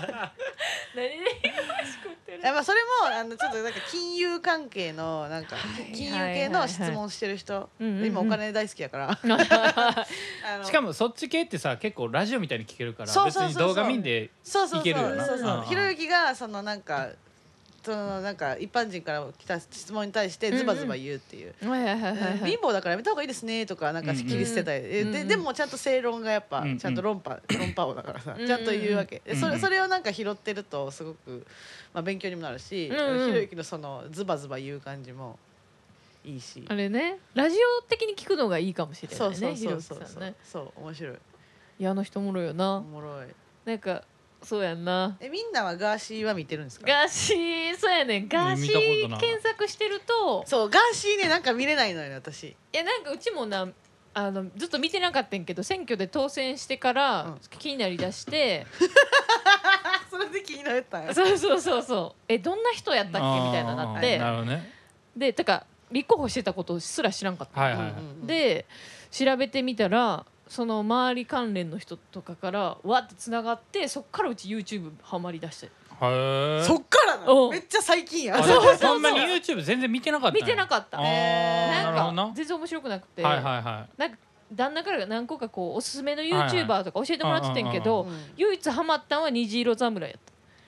食ってるいやまあそれもあのちょっとなんか金融関係のなんかはい金融系の質問してる人うんうんうん今お金大好きやからあのしかもそっち系ってさ結構ラジオみたいに聞けるから別そうそうそうそうに動画見んでそうそうそういけるよなそうそううんひろゆきがそのなんかそのなんか一般人から来た質問に対してズバズバ言うっていう、 はいはいはいはいはい貧乏だからやめた方がいいですねとかなんか切り捨てたり、えうんうんででもちゃんと正論がやっぱうんうんちゃんと論破、論破王だからさうんうんちゃんと言うわけでそうんうんれそれをなんか拾ってるとすごく、まあ、勉強にもなるし、 うんうんひろゆきのそのズバズバ言う感じもいいし、 あれねラジオ的に聞くのがいいかもしれないそうそうねひろゆきそうそうさんねそう面白いいやあの人おもろいよおなもろいなんかそうやんなえみんなはガーシーは見てるんですか？ ガーシーそうやねんガーシ見たことーない検索してるとそうガーシーねなんか見れないのよね私いやなんかうちもなあのずっと見てなかったんけど選挙で当選してからうん気になりだして、 それで気になったんやそうそうそうそうえどんな人やったっけみたいななっあーてなるほどねでてか立候補してたことすら知らんかった、 はいはいはい、 うんうんうんで調べてみたらその周り関連の人とかからわってつながってそっからうち YouTube ハマりだしてへーそっからなうんめっちゃ最近やあそうそうそうそんなに YouTube 全然見てなかったんや見てなかったあーへーななるほどなんか全然面白くなくて、 はいはいはいなんか旦那から何個かこうおすすめの YouTuber とか教えてもらってたんやけど、 うん唯一ハマったんは虹色侍やった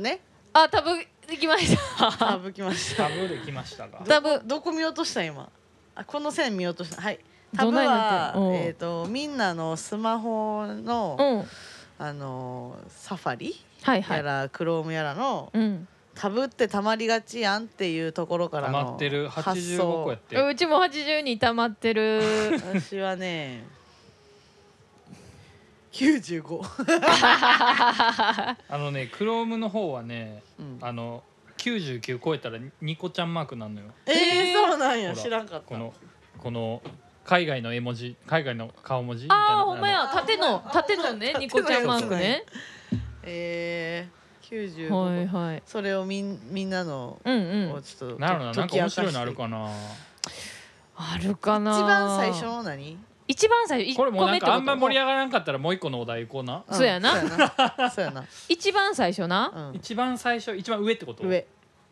ブね。 あ、タブできましタた。 ブ来ました。 タブできましたが。 タブどこ見落とした今。あ、この線見落とした。はい。タブどないなはってんのえっとみんなのスマホの、 うん。 あのサファリはいはい。 やらクロームやらのうん。 タブってたまりがちやんっていうところからの溜まってるはちじゅうごこやって。 うちもはちじゅうに溜まってる。 私はねきゅうじゅうご。 あのね、クロームの方はね、 うん、 あのきゅうじゅうきゅう超えたらニコちゃんマークなんのよ。 えー、そうなんや。 ほら知らんかった。 このこの海外の絵文字、海外の顔文字みたいな。 ああ、ほんまや。縦の縦のね、ニコちゃんマークね。 えー、きゅうじゅうご。 はいはい。 それをみんみんなのうんうん。 をちょっとなるほど、なんか面白いのあるかな。 あるかな。 一番最初の何？ 一番最初、 これもうなんかあんま盛り上上がらんかったらもう一個のお題行こうな。 そうやな。 そうやな。 一番最初な。 うん、 一番最初、一番上ってこと？ 上。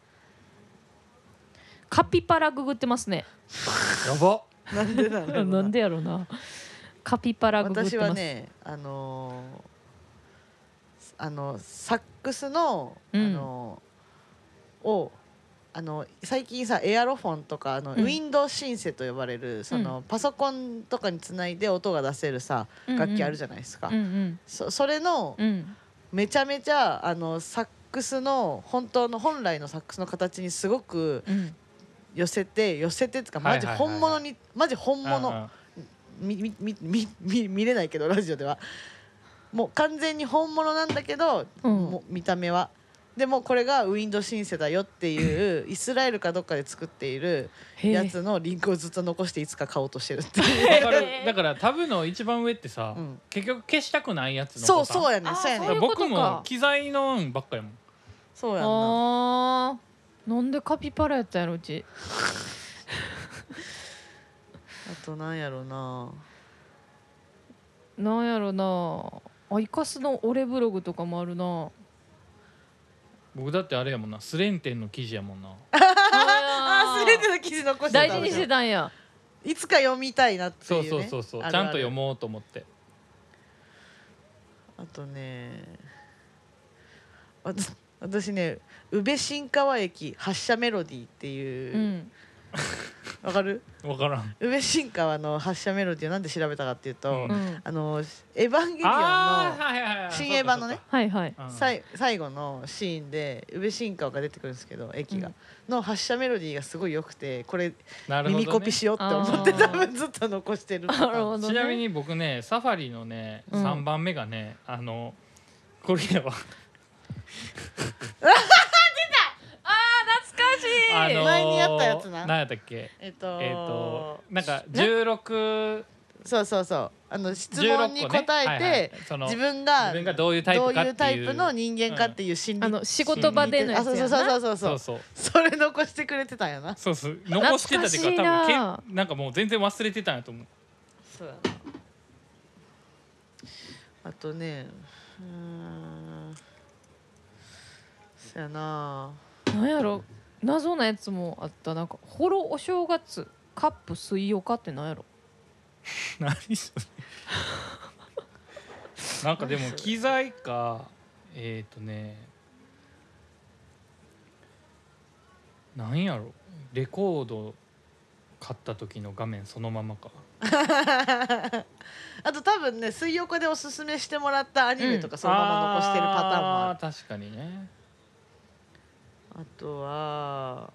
カピバラググってますね。 やば。 なんでなの？ なんでやろうな。カピバラググってます。 私はね、あのー、あのサックスの、あのー、をあの最近さエアロフォンとかあの、うん、ウィンドウシンセと呼ばれるその、うん、パソコンとかにつないで音が出せるさ、うんうん、楽器あるじゃないですか、うんうん、そ, それの、うん、めちゃめちゃあのサックスの本当の本来のサックスの形にすごく寄せて、寄せてっていうかマジ本物に、マジ本物みみみみみ見れないけどラジオではもう完全に本物なんだけど、うん、もう見た目はでもこれがウィンドシンセだよっていうイスラエルかどっかで作っているやつのリンクをずっと残していつか買おうとしてるっていうわかる。だからタブの一番上ってさ、うん、結局消したくないやつのそうそうやねそうやね僕も機材のばっかりもん。 そうやんな。 あなんでカピバラやったんやろうちあとなんやろななんやろなあイカスの俺ブログとかもあるな。 僕だってあれやもんなスレンテンの記事やもんなあスレンテンの記事残してた大事にしてたんや。 いつか読みたいなっていう、ね、 そうそうそうそうちゃんと読もうと思って。 あとね私ね宇部新川駅発車メロディーっていう、うんわかる？ わからん。 宇部新川の発車メロディーをなんで調べたかっていうと、うん、あのエヴァンゲリオンの新エヴァのね、 はいはい、 最後のシーンで宇部新川が出てくるんですけど駅が、うん、の発車メロディーがすごい良くてこれ、ね、耳コピしようって思って多分ずっと残してる。 なるほどね。 ちなみに僕ねサファリのね、うん、さんばんめがねあのこれやわあのー、前にやったやつな。 何やったっけ？ えっとえっとなんかじゅうろくそうそうそうあの質問に答えて、ねはいはい、自分が自分がどういうタイプかっていうどういうタイプの人間かっていう心理、 うん、あの仕事場でのやつやな。 そうそうそうそうそうそれ残してくれてたんやな。 そうそう残してたっていうか多分けなんかもう全然忘れてたんやと思う。 そうやな。あとねうーんそうやななんやろ謎なやつもあった。なんかホロお正月カップ水曜かってなんやろ何それなんかでも機材かえっ、ー、とねなんやろレコード買った時の画面そのままかあと多分ね水曜日でおすすめしてもらったアニメとかそのまま残してるパターンもある、 うん、あ確かにね。 あとは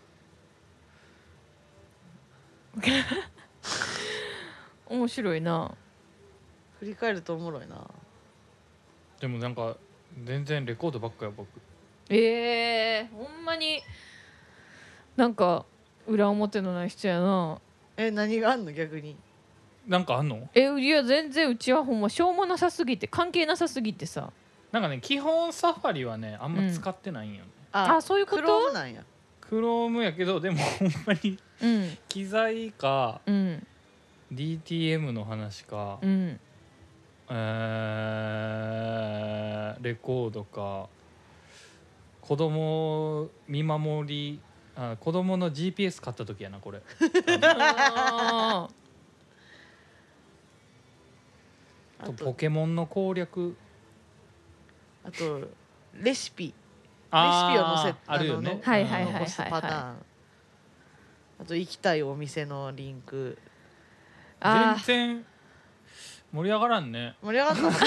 面白いな。 振り返るとおもろいな。 でもなんか全然レコードばっかや僕。 えー、ほんまになんか裏表のない人やな。 え何があんの逆に。 なんかあんの？ えいや全然うちはほんましょうもなさすぎて関係なさすぎてさ。 なんかね基本サファリはねあんま使ってないんよね。 うん、ああそういうこと。 クロームなんや。 クロームやけどでもほんまに、うん、機材か、うん、ディーティーエム の話か、うん、えー、レコードか子供見守りあ子供の ジーピーエス 買った時やなこれあとポケモンの攻略あとレシピレシピを載せあるよね。 はいはいはいはい。 パターン。あと行きたいお店のリンク。 全然盛り上がらんね。 盛り上がんなかった。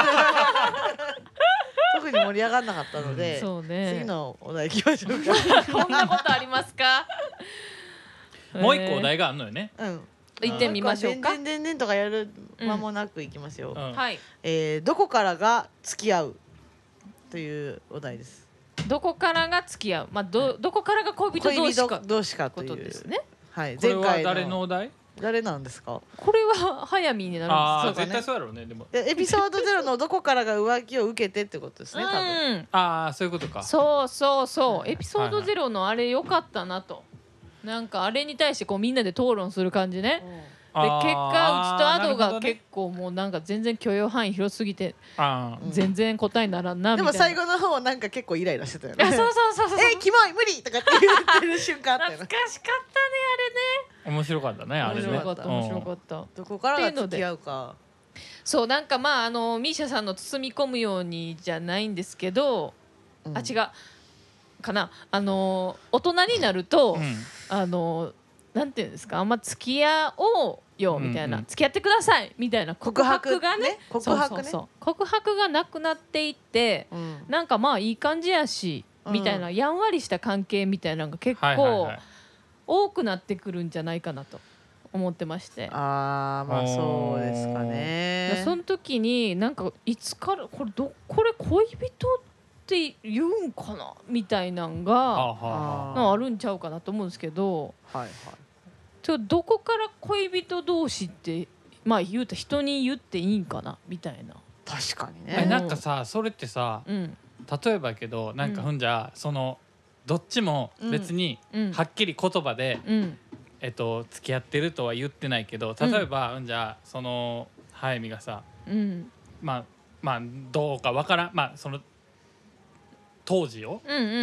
特に盛り上がんなかったので、 そうね、 次のお題行きましょうか。 こんなことありますか？ もう一個お題があるのよね。 うん。 行ってみましょうか。 でんでんでんとかやる間もなく行きますよ。 うん、はい。 えー、どこからが付き合うというお題です。 どこからが付き合う、まあ、ど, どこからが恋人同士か同士かということですね。 はい。 これは誰のお題？ 誰なんですか？ これは早見になるんです。 ああ、絶対そうやろうね。でもエピソードゼロのどこからが浮気を受けてってことですね。多分。 ああ、そういうことか。 そうそうそう。エピソードゼロのあれ良かったなと。なんかあれに対してこうみんなで討論する感じね。うんで結果うちとアドが結構もうなんか全然許容範囲広すぎて全然答えにならんなみたいな。 でも最後の方なんか結構イライラしてたよね。 そうそうそうそう。 えキモい無理とかって言ってる瞬間あったよね。 懐かしかったねあれね。 面白かったねあれね。 面白かった面白かった。 どこからが付き合うか。 そうなんかまああのミーシャさんの包み込むようにじゃないんですけど、うん、あ違うかなあの大人になると、うん、あのなんていうんですかあんま付き合おうよみたいな、うんうん、付き合ってくださいみたいな告白がね告白ねそうそうそう告白がなくなっていって、うん、なんかまあいい感じやし、うん、みたいなやんわりした関係みたいなのが結構多くなってくるんじゃないかなと思ってまして。 あーまあそうですかね。 その時になんかいつからこれどこれ恋人っって言うんかなみたいなんがあるんちゃうかなと思うんですけど、 はいはい、 ちょどこから恋人同士ってまあ言うと人に言っていいんかなみたいな。 確かにね。 なんかさそれってさ、うん、例えばやけどなんかふんじゃ、うん、そのどっちも別にはっきり言葉で、うん、えっと付き合ってるとは言ってないけど、例えば、うん、じゃあその早見がさ、うん、まあまあどうかわからん、まあその当時を、うんうんうん、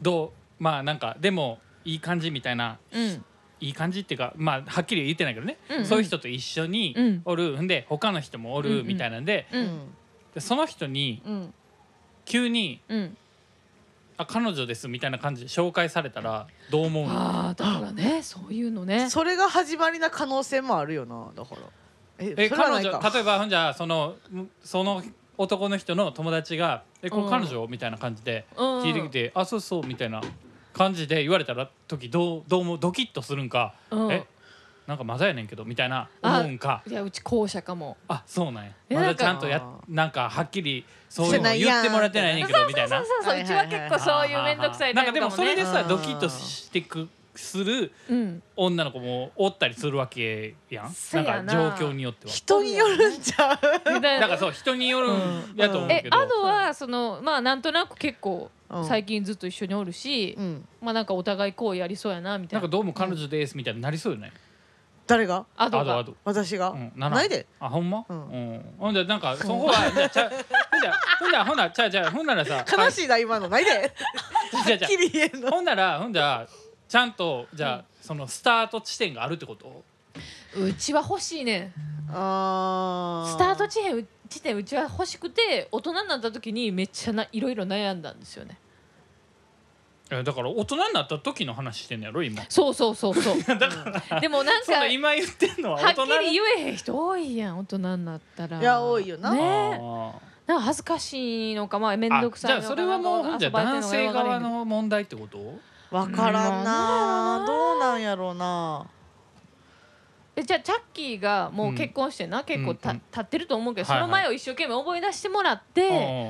どうまあなんかでもいい感じみたいな、うん、いい感じっていうかまあはっきり言ってないけどね、うんうん、そういう人と一緒におる、うん、んで他の人もおるみたいなんで、うんうん、でその人に急に、うん、あ彼女ですみたいな感じで紹介されたらどう思うの？ あだからねそういうのねそれが始まりな可能性もあるよな。だからええ彼女例えばほんじゃそのその男の人の友達が「えこれ彼女?」みたいな感じで聞いてきて「あそうそう」みたいな感じで言われたら時どうどうもドキッとするんか「えなんかまだやねんけど」みたいな思うんか。 いやうち後者かも。 あそうなんや。まだちゃんとやなんかはっきりそういうの言ってもらってないねんけどみたいな。 そうそうそうそううちは結構そういう面倒くさいタイプかもね。 なんかでもそれでさドキッとしてくする女の子もおったりするわけやん、うん、なんか状況によっては人によるんちゃうだからそう人によるんやと思うけど、 うんうん、えアドはそのまあなんとなく結構最近ずっと一緒におるし、うん、まあなんかお互いこうやりそうやなみたいな。 なんかどうも彼女ですみたいになりそうよね、うん、 誰が？ アドがアド私が、うん、ないで。 あほんま、うんうん、ほんでなんかそこはじゃちゃほんじゃほんじゃほんならちゃちゃほんならさ悲しいな今のないではっきり言えんの。 ほんならほんじゃちゃんとじゃあ、うん、そのスタート地点があるってこと？ うちは欲しいねん。あスタート地点地点うちは欲しくて大人になった時にめっちゃないろいろ悩んだんですよね。 だから大人になった時の話してんのやろ今。 そうそうそうそうだからでもなんか今言ってんのは大人はっきり言えへん人多いやん大人になったら。 いや多いよな。 ねなんか恥ずかしいのかまあ面倒くさいのか。 じゃあそれはもうじゃあ男性側の問題ってこと？ 分からんな、うん、どうなんやろうな。 えじゃあチャッキーがもう結婚してな、うん、結構た、うん、経ってると思うけど、はいはい、その前を一生懸命思い出してもらって、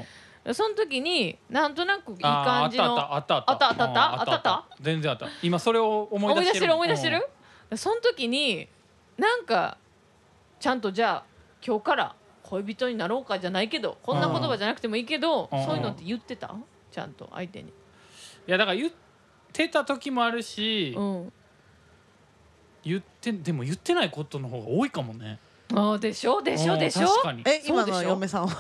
うん、その時になんとなくいい感じのあったあったあったあったあったあったあった全然あった今それを思い出してる思い出してる思い出してる。その時になんかちゃんとじゃあ今日から恋人になろうかじゃないけどこんな言葉じゃなくてもいいけど、そういうのって言ってたちゃんと相手に。いやだから言ってた時もあるし、うん、言ってでも言ってないことの方が多いかもね。 あでしょでしょでしょ。 確かに。え今の嫁さんは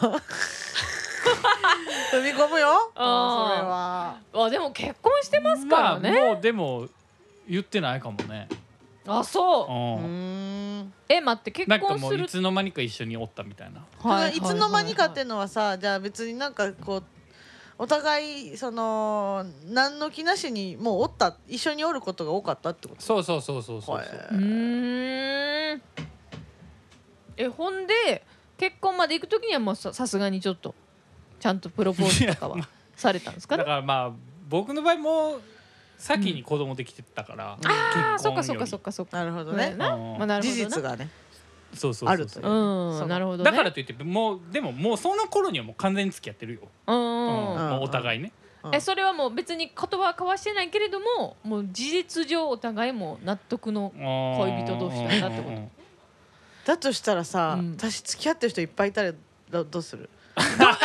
踏み込むよ。あそれはあでも結婚してますからね、 まあ、もうでも言ってないかもね。 あそう。うんえ待って結婚するなんかもういつの間にか一緒におったみたいな、 はい、いつの間にかっていうのはさじゃあ別になんかこうお互いその何の気なしにもうおった一緒におることが多かったってこと？ そうそうそうそうそうそう。 うーんえほんで結婚まで行く時にはもうさすがにちょっとちゃんとプロポーズとかはされたんですかね？ だからまあ僕の場合も先に子供できてたから、 うん、ああそっかそっかそっかそっかなるほどね、 まあ、なるほど事実がねそうそうそうそうあるという、 うん、なるほどね。 だからといってもうでももうその頃にはもう完全に付き合ってるよ、うんうん、もうお互いね、 うん、えそれはもう別に言葉は交わしてないけれどももう事実上お互いも納得の恋人同士だったってこと？ だとしたらさ、うん、私付き合ってる人いっぱいいたら ど, どうするどういうことどういう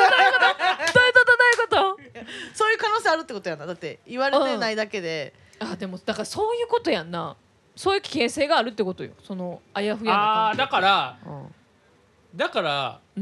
ことそういう可能性あるってことやな。だって言われてないだけで、 うん、あでもだからそういうことやんな。そういう危険性があるってことよ。そのあやふやな関係。あだから、うん、だから、うん、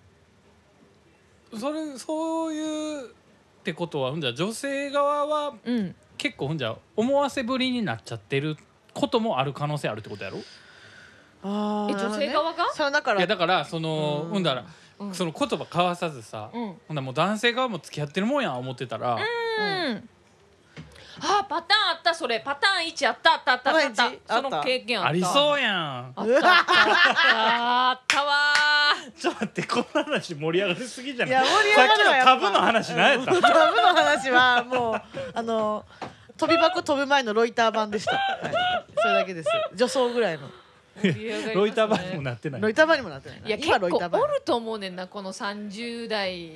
それそういうってことはほんじゃ女性側は、うん、結構ほんじゃ思わせぶりになっちゃってることもある可能性あるってことやろ？ あえ女性側が？ そうだからいやだからその、うん、ほんだら、うん、その言葉交わさずさ、うん、ほんだもう男性側も付き合ってるもんやん思ってたら。 うんうんあパターンあったそれパターンいちあったあったあったあったその経験あったありそうやん。 あったあったあったわちょっと待ってこんな話盛り上がりすぎじゃない？ いや盛り上がるわやっぱさっきのタブの話何やった？タブの話はもうあの飛び箱飛ぶ前のロイター版でした、はい、それだけです。女装ぐらいのね、ロイター版にもなってない。 ロイター版にもなってない。 いや結構おると思うねんなこのさんじゅう代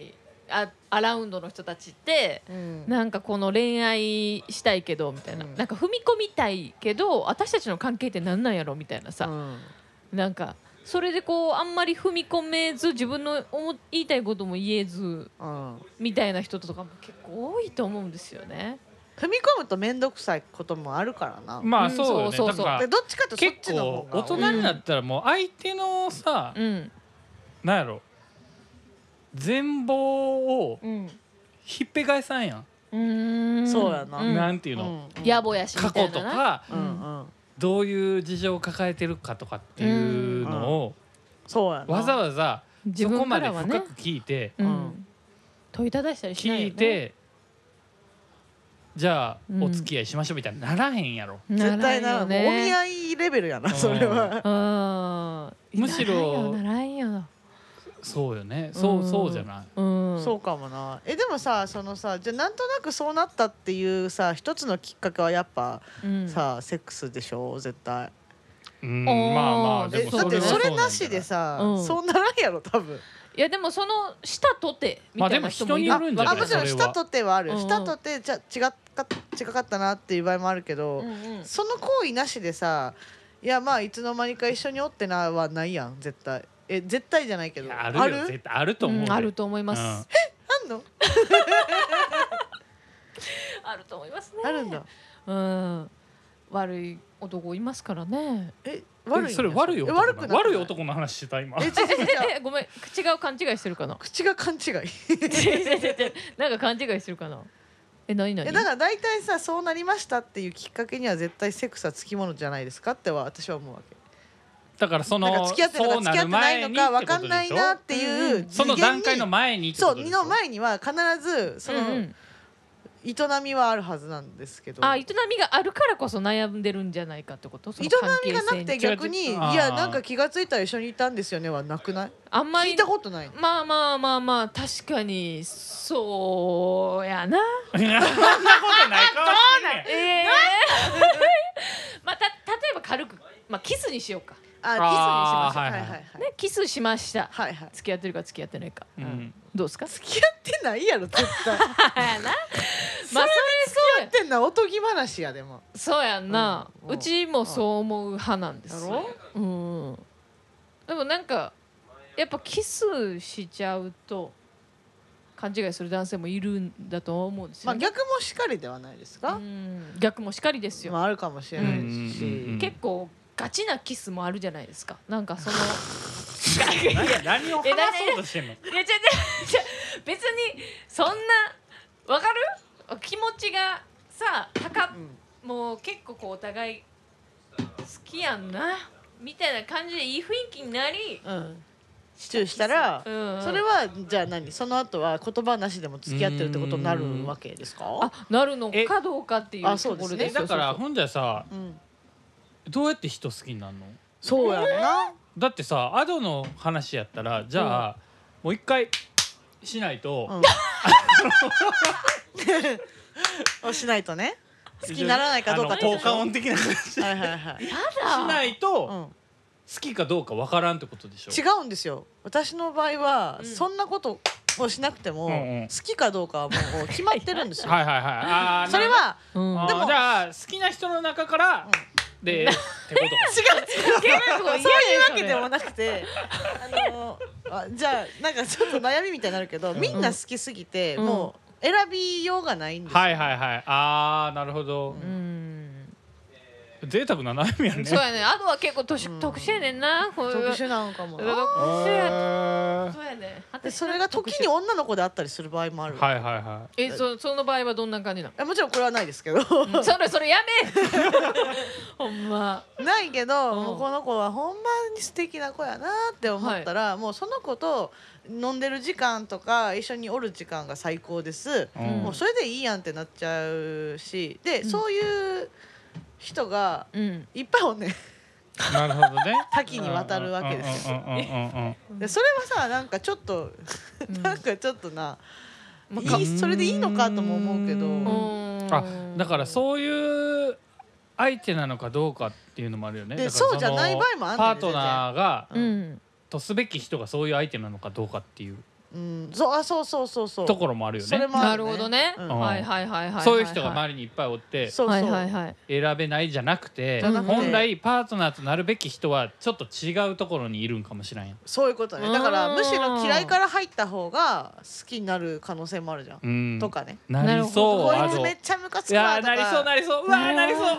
あアラウンドの人たちって、うん、なんかこの恋愛したいけどみたいな、うん、なんか踏み込みたいけど私たちの関係って何なんやろみたいなさ、うん、なんかそれでこうあんまり踏み込めず自分の言いたいことも言えず、うん、みたいな人とかも結構多いと思うんですよね。 踏み込むと面倒くさいこともあるからな。 まあそうよね、 そうそうそう。どっちかとそっちの方が結構大人になったらもう相手のさ、うん、なんやろ全貌をひっぺ返さんやん。 うーんそうやな。 なんていうの、 うん、やぼやしみたいな過去とか、うんうん、どういう事情を抱えてるかとかっていうのを、 そうやな。 わざわざそこまで深く聞いて、 うん、問いただしたりしないよね。 聞いてじゃあお付き合いしましょうみたいにならへんやろ、 うん、絶対なら、ね、もうお見合いレベルやな、それは。 むしろならんよそうよね、そう、そうじゃない、 うん、そうかもな。えでもさ、そのさ、じゃあなんとなくそうなったっていうさ一つのきっかけはやっぱ、うん、さセックスでしょ絶対。 うん、まあまあでもそれはそうなんだ。だってそれなしでさ、うん、そうならんやろ多分。 いやでもそのしたとてみたいな人もいる。 まあでも人によるんじゃない。 あもちろんしたとてはある。したとてじゃ違か違かったなっていう場合もあるけど、うんうん、その行為なしでさ、いやまあいつの間にか一緒におってなはないやん絶対。え絶対じゃないけど。 あるよ、ある絶対あると思う、うん。 あると思います。うん、 えあんの？ あると思いますね。 あるんだ。 うん。悪い男いますからね。 え悪いそれ悪い男悪く悪い男の話してた今。 ええごめん口が勘違いしてるかな。 口が勘違い。 なんか勘違いしてるかな。え何何？ えだから大体さそうなりましたっていうきっかけには絶対セックスはつきものじゃないですかっては私は思うわけ。 だからその付き合ってるのか付き合ってないのか分かんないなっていう、 その段階の前にそう二の前には必ずその営みはあるはずなんですけど、 あ営みがあるからこそ悩んでるんじゃないかってこと？ 営みがなくて逆にいやなんか気がついたら一緒にいたんですよねはなくない？ あんまり聞いたことない。 まあまあまあまあ確かにそうやな。 そんなことないかもしれない。 ええまあた例えば軽くまあキスにしようか。 あキスにしました。はいはいはい。 ねキスしました。 はいはい。 付き合ってるか付き合ってないか。うん、どうですか？ 付き合ってないやろ絶対。な。まあそれそうやってんのはおとぎ話やでも。 そうやんな。うちもそう思う派なんですよ。うん。でもなんかやっぱキスしちゃうと勘違いする男性もいるんだと思うんですよ。 まあ逆もしかりではないですか？ 逆もしかりですよ。 まああるかもしれないし、 結構。ガチなキスもあるじゃないですか。なんかその何を話そうとしてんの？いや違う違う別にそんなわかる？気持ちがさ高、うん、もう結構こうお互い好きやんなみたいな感じでいい雰囲気になり、うん、 シチューしたら、うんうん、それはじゃあ何？その後は言葉なしでも付き合ってるってことになるわけですか？ あなるのかどうかっていうところですよ。 だからほんじゃさ。うんどうやって人好きになるの？ そうやな。 だってさアドの話やったらじゃあ、うん、もう一回しないと、 うん、しないとね好きにならないかどうか効果音的な話はいはい、はい、しないと、うん、好きかどうかわからんってことでしょ？ 違うんですよ。私の場合は、うん、そんなことをしなくても、うんうん、好きかどうかはもう決まってるんですよ。 はいはいはい。あそれは、 うん、でもじゃあ好きな人の中から、うんでってことか。 違う違うそういうわけでもなくてあのあじゃあなんかちょっと悩みみたいになるけど、みんな好きすぎて、うん、もう選びようがないんですよ。 はいはいはい。ああなるほど。うん贅沢な悩みやね。 そうやね。あとは結構特殊やねんな。 特殊なのかも。特殊や。そうやね。 それが時に女の子であったりする場合もある。 はいはいはい。 えそその場合はどんな感じなの？ もちろんこれはないですけど。 それそれやめ。ほんま。 ないけど、もうこの子はほんまに素敵な子やなって思ったら、もうその子と飲んでる時間とか一緒におる時間が最高です。もうそれでいいやんってなっちゃうし、でそういう人がいっぱいおんねん。 なるほどね。 多岐にわたるわけですよ。でそれはさなんかちょっとなんかちょっとな、いいそれでいいのかとも思うけど。 あだからそういう相手なのかどうかっていうのもあるよね。 でそうじゃない場合もあるんだよね。 パートナーがとすべき人がそういう相手なのかどうかっていう。 うん、そうあそうそうそうそうところもあるよね。 なるほどね。はいはいはいはい。 そういう人が周りにいっぱいおって選べないじゃなくて、本来パートナーとなるべき人はちょっと違うところにいるんかもしれんよ。 そういうことね。だからむしろ嫌いから入った方が好きになる可能性もあるじゃん、うん、とかね。 なりそう。 こいつめっちゃムカつくわとか。 いやなりそうなりそう。うわーなりそう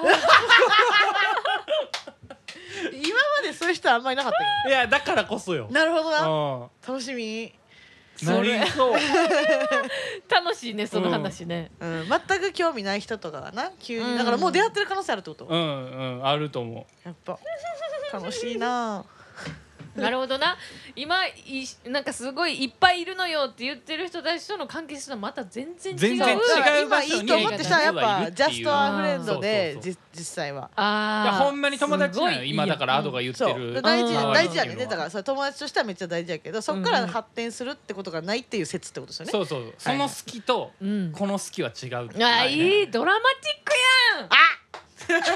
今までそういう人はあんまりなかったけど。 いやだからこそよ。 なるほどな。楽しみ。 なりそう楽しいねその話ね、 うんうん、全く興味ない人とかがな急に、うん、だからもう出会ってる可能性あるってこと。 うんうんあると思う。やっぱ楽しいな。 なるほどな。今いなんかすごいいっぱいいるのよって言ってる人たちとの関係するのはまた全然違う。 全然違う場所に今いいと思ってしたらやっぱジャストアフレンドで実際は。 ああ。ほんまに友達なの今だからアドが言ってる。 大事大事やね。だからそれ友達としてはめっちゃ大事やけど、そこから発展するってことがないっていう説ってことですよね。 そうそうその好きとこの好きは違う。 あいいドラマチックやん。あ。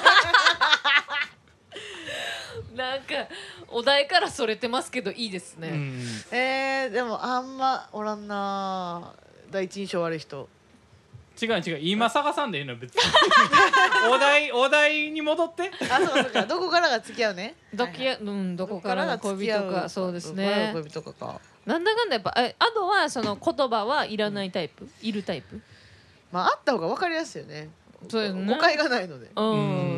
なんかお題からそれてますけどいいですね、うん、 えー、でもあんまおらんな第一印象悪い人。 違う違う今探さんでいいの別にお題お題に戻って。 あそうそうかどこからが付き合うね。 どきや、うん、どこからが恋人か。そうですね。 恋人か。 なんだかんだやっぱえアドはその言葉はいらないタイプ、うん、いるタイプ。 まああった方が分かりやすいよね。 そうですね、 誤解がないので。 うん、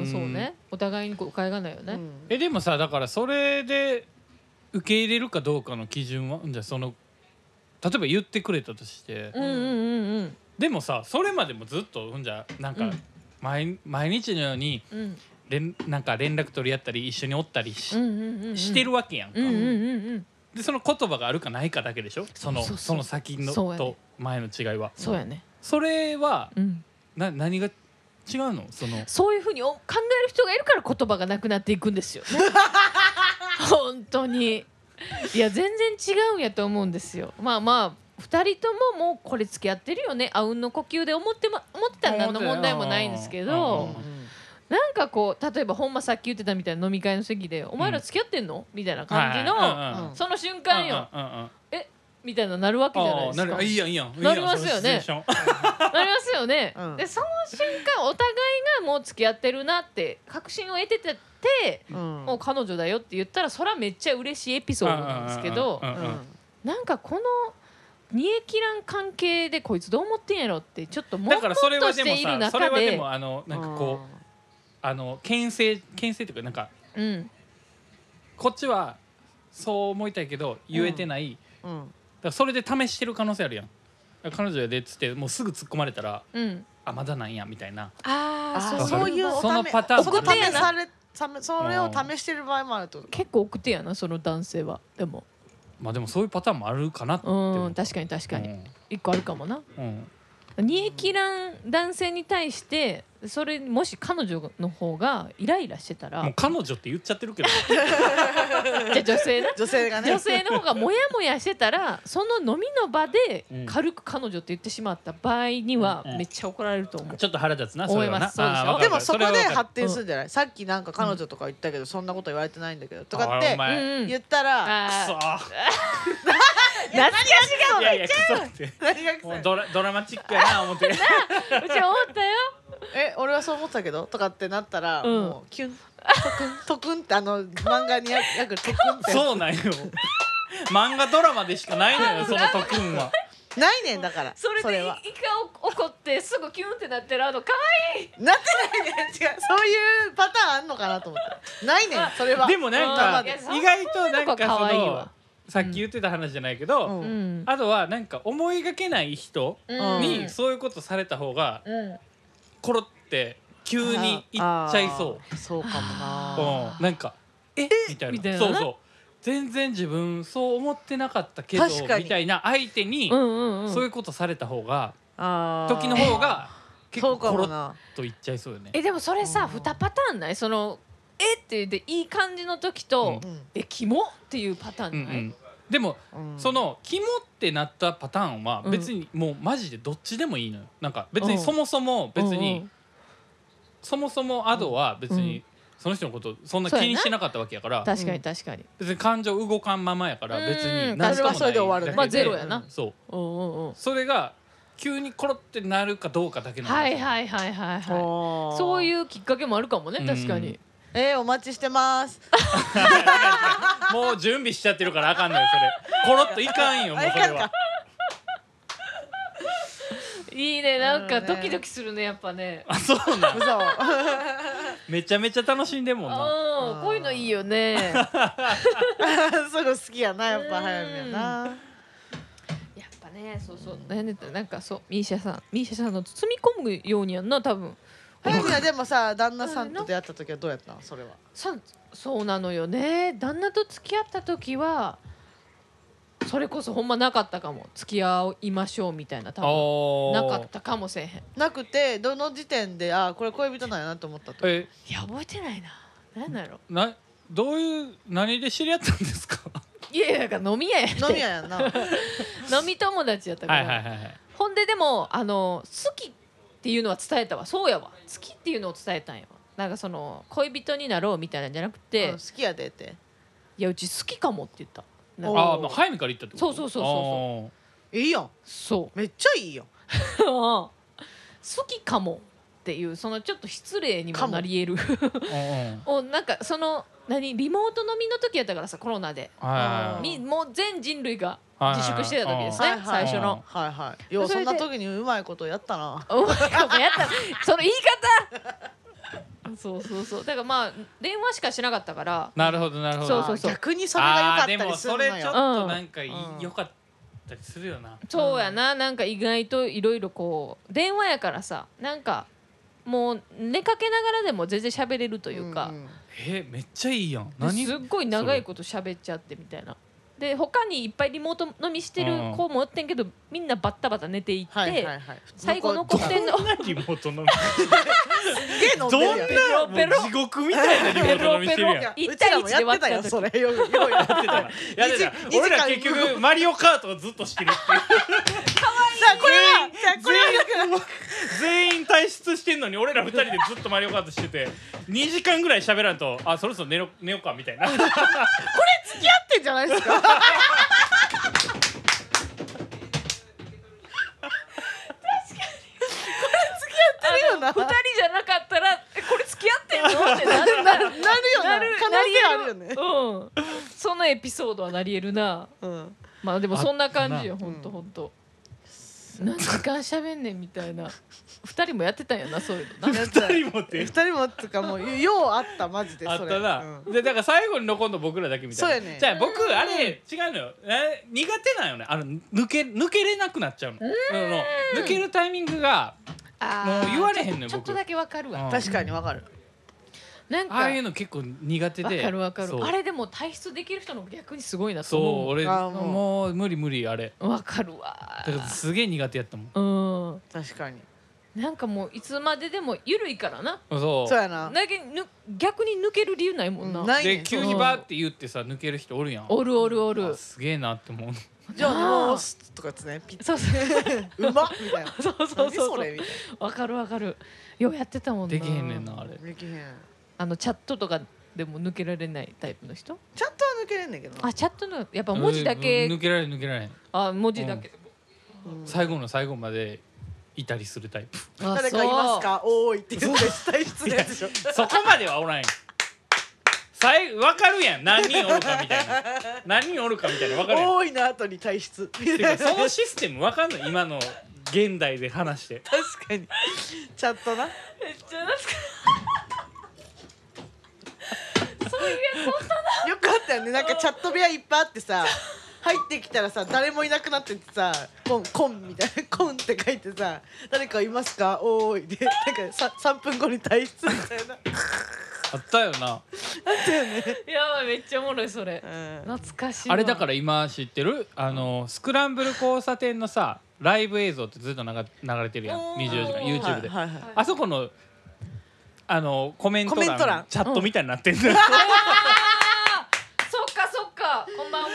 そうね。お互いに誤解がないよね。うん、 えでもさだからそれで受け入れるかどうかの基準はじゃあその例えば言ってくれたとして、 うんうんうんうん、 でもさそれまでもずっとじゃなんか毎、うん、毎日のように、うん、連なんか連絡取り合ったり一緒におったり し,、うんうんうんうん、してるわけやんか。でその言葉があるかないかだけでしょ。その そ, その先のと前の違いは。 そうやね。 それは、うん、な何が違うの？そのそういうふうに考える人がいるから言葉がなくなっていくんですよね本当にいや全然違うんやと思うんですよ。まあまあふたりとももうこれ付き合ってるよねあうんの呼吸で思って、ま、思ってたら何の問題もないんですけど、なんかこう例えばほんまさっき言ってたみたいな飲み会の席で「お前ら付き合ってんの？」みたいな感じのその瞬間よ。えみたいななるわけじゃないですか。 いいやんいいやんなりますよね。なりますよね。うん、でその瞬間お互いがもう付き合ってるなって確信を得てて、うん、もう彼女だよって言ったらそれはめっちゃ嬉しいエピソードなんですけど、なんかこの煮え切らん関係でこいつどう思ってんやろってちょっともっとしている中で、 それはでもあのなんかこうあの牽制牽制というかなんか、うん、こっちはそう思いたいけど言えてない。うんうんだからそれで試してる可能性あるやん。彼女やでっつってもうすぐ突っ込まれたら、うん、あまだなんやみたいな。 ああそういうそのパターンも試されそれを試してる場合もあると。 結構奥手やなその男性は。でもまあでもそういうパターンもあるかなって。 うん確かに確かに、うん、一個あるかもな。うん、煮え切らん男性に対してそれもし彼女の方がイライラしてたらもう彼女って言っちゃってるけどじゃ女性な女性がね女性の方がモヤモヤしてたらその飲みの場で軽く彼女って言ってしまった場合にはめっちゃ怒られると思う、うん、 ちょっと腹立つなそれはな。 そうでしょ。 でもそこで発展するんじゃない、うん、さっきなんか彼女とか言ったけど、うん、そんなこと言われてないんだけどとかって言ったら、 くそ何が違ういやいやくそってもうドラドラマチックやな思ってうち思ったよえ俺はそう思ったけどとかってなったら、うん、もうキュントクントクンってあの漫画にやくトクンってそうなんよ漫画ドラマでしかないのよそのトクンはないねんだからそれでイカ怒ってすぐキュンってなってるあの可愛いなってないねん違うそういうパターンあんのかなと思ってないねんそれは。 でもなんか意外となんかそのさっき言ってた話じゃないけど、うん、あとはなんか思いがけない人にそういうことされた方が、うん、コロって急にいっちゃいそう。 そうかもな。 うん、なんかえみたいな。みたいなそうそう。全然自分そう思ってなかったけどみたいな相手にそういうことされた方が、時の方が結構コロッといっちゃいそうよね。 えでもそれさにパターンない？そのえって言っていい感じの時と、うん、えキモっていうパターンない？うんうん、 でも、うん、そのキモってなったパターンは別にもうマジでどっちでもいいのよ。なんか別にそもそも別に、うん、そもそもアドは別にその人のことそんな気にしてなかったわけやから確かに確かに別に感情動かんままやから別に何ともないそれで終わるねまあゼロやなそううんうんうんそれが急にコロってなるかどうかだけのはいはいはいはいはいそういうきっかけもあるかもね確かにえー、お待ちしてますもう準備しちゃってるからあかんのよそれコロッといかんよもうそれはいいねなんかドキドキするねやっぱねあそうなのそうめちゃめちゃ楽しんでんもんなうんこういうのいいよねそういうの好きやなやっぱ早見やなやっぱねそうそう悩んでたなんかそうミーシャさんミーシャさんの包み込むようにやんな多分早見はでもさ旦那さんと出会った時はどうやったのそれはさそうなのよね旦那と付き合った時はそれこそほんまなかったかも付き合いましょうみたいな多分なかったかもせえへんなくてどの時点であこれ恋人なんやなと思ったとえいや覚えてないな何だろうなどういう何で知り合ったんですかいやいやだから飲み屋や飲み屋やんな飲み友達やったかはいら、 はいはいはいほんででもあの好きっていうのは伝えたわそうやわ好きっていうのを伝えたんやわなんかその恋人になろうみたいなんじゃなくて、 うん好きやでっていやうち好きかもって言ったなんかおああもう早見から言ったってことそうそうそうそういいやんそうめっちゃいいやん好きかもっていうそのちょっと失礼にもなり得るうんうんおなんかその何リモート飲みの時やったからさコロナではいみもう全人類が自粛してた時ですねはいはい最初のはいはいようそれでそんな時にうまいことやったなお前やったその言い方そうそうそうだからまあ電話しかしなかったからなるほどなるほどそうそうそう逆にそれが良かったあーでもりするのそれちょっよとなんかいいうん良かったりするよなそうやななんか意外といろいろこう電話やからさなんかもう寝かけながらでも全然喋れるというか、 んんえめっちゃいいやんで何すっごい長いこと喋っちゃってみたいなで他にいっぱいリモート飲みしてる子もおってんけどみんなバッタバタ寝ていって、 はいはいはい最後残ってんのどんなリモート飲みすげえ飲んでるやんペロペロもう地獄みたいなリモート飲みしてるやんいや一うちら対一でもやってたよ割ったそれよようやってたやってた二時俺ら結局マリオカートをずっとしてるっていうこれはじゃあこれは全員退出してんのに俺ら二人でずっとマリオカートしててにじかんぐらい喋らんとあそろそろ寝ろ寝ようかみたいな付き合ってんじゃないですかあのふたりじゃなかったらえこれ付き合ってんのってなるなるよななる可能性あるよねうんそのエピソードはなり得るなうんまあでもそんな感じよあほんとほんと何時間しゃべんねんみたいなふたりもやってたんやなそういうのなやった二人もって二人もっていうかもうようあったマジでそれあったな、 うんでだから最後に残るの僕らだけみたいなそうやねじゃあ僕あれ違うのよえ苦手なんよねあの抜け抜けれなくなっちゃうのうんの抜けるタイミングがあーもう言われへんのよ僕ちょっとだけわかるわうん確かにわかるなんかああいうの結構苦手でわかるわかるそうあれでも退出できる人の逆にすごいなとそう思う俺あーもうもう無理無理あれわかるわだからすげえ苦手やったもんうん確かになんかもういつまででも緩いからなそうそうやなだけぬ逆に抜ける理由ないもんな、 うんないねで急にバーって言ってさ抜ける人おるやんおるおるおるあすげえなって思うじゃあもう押すとかですねピッそうそううまっみたいなそうそうそう何そそうれみたいわかるわかるようやってたもんなできへんねんなあれなできへんあのチャットとかでも抜けられないタイプの人チャットは抜けれんねんけどなあチャットのやっぱ文字だけ、 うん抜けられん抜けられんあ文字だけ、 うん最後の最後までいたりするタイプあ誰かいますかおーいって言って退出のやつでしょそこまではおらんよ最分かるやん何人おるかみたいな何人おるかみたいな分かるやん多いの後に退出てかそのシステム分かんない今の現代で話して確かにチャットなめっちゃ懐かしいそういうやつおったなよくあったよねなんかチャット部屋いっぱいあってさ入ってきたらさ誰もいなくなっててさコンコンみたいなコンって書いてさ誰かいますかおーいでなんかささんぷんごに退出みたいなあったよなあったよね、 やばいめっちゃおもろいそれうん、 懐かしいわあれだから今知ってるあのスクランブル交差点のさライブ映像ってずっと流流れてるやんおーにじゅうよじかん YouTube で、 はいはいはいあそこのあのコメント欄コメント欄チャットみたいになってんのよ、 あーそっかそっかこんばんは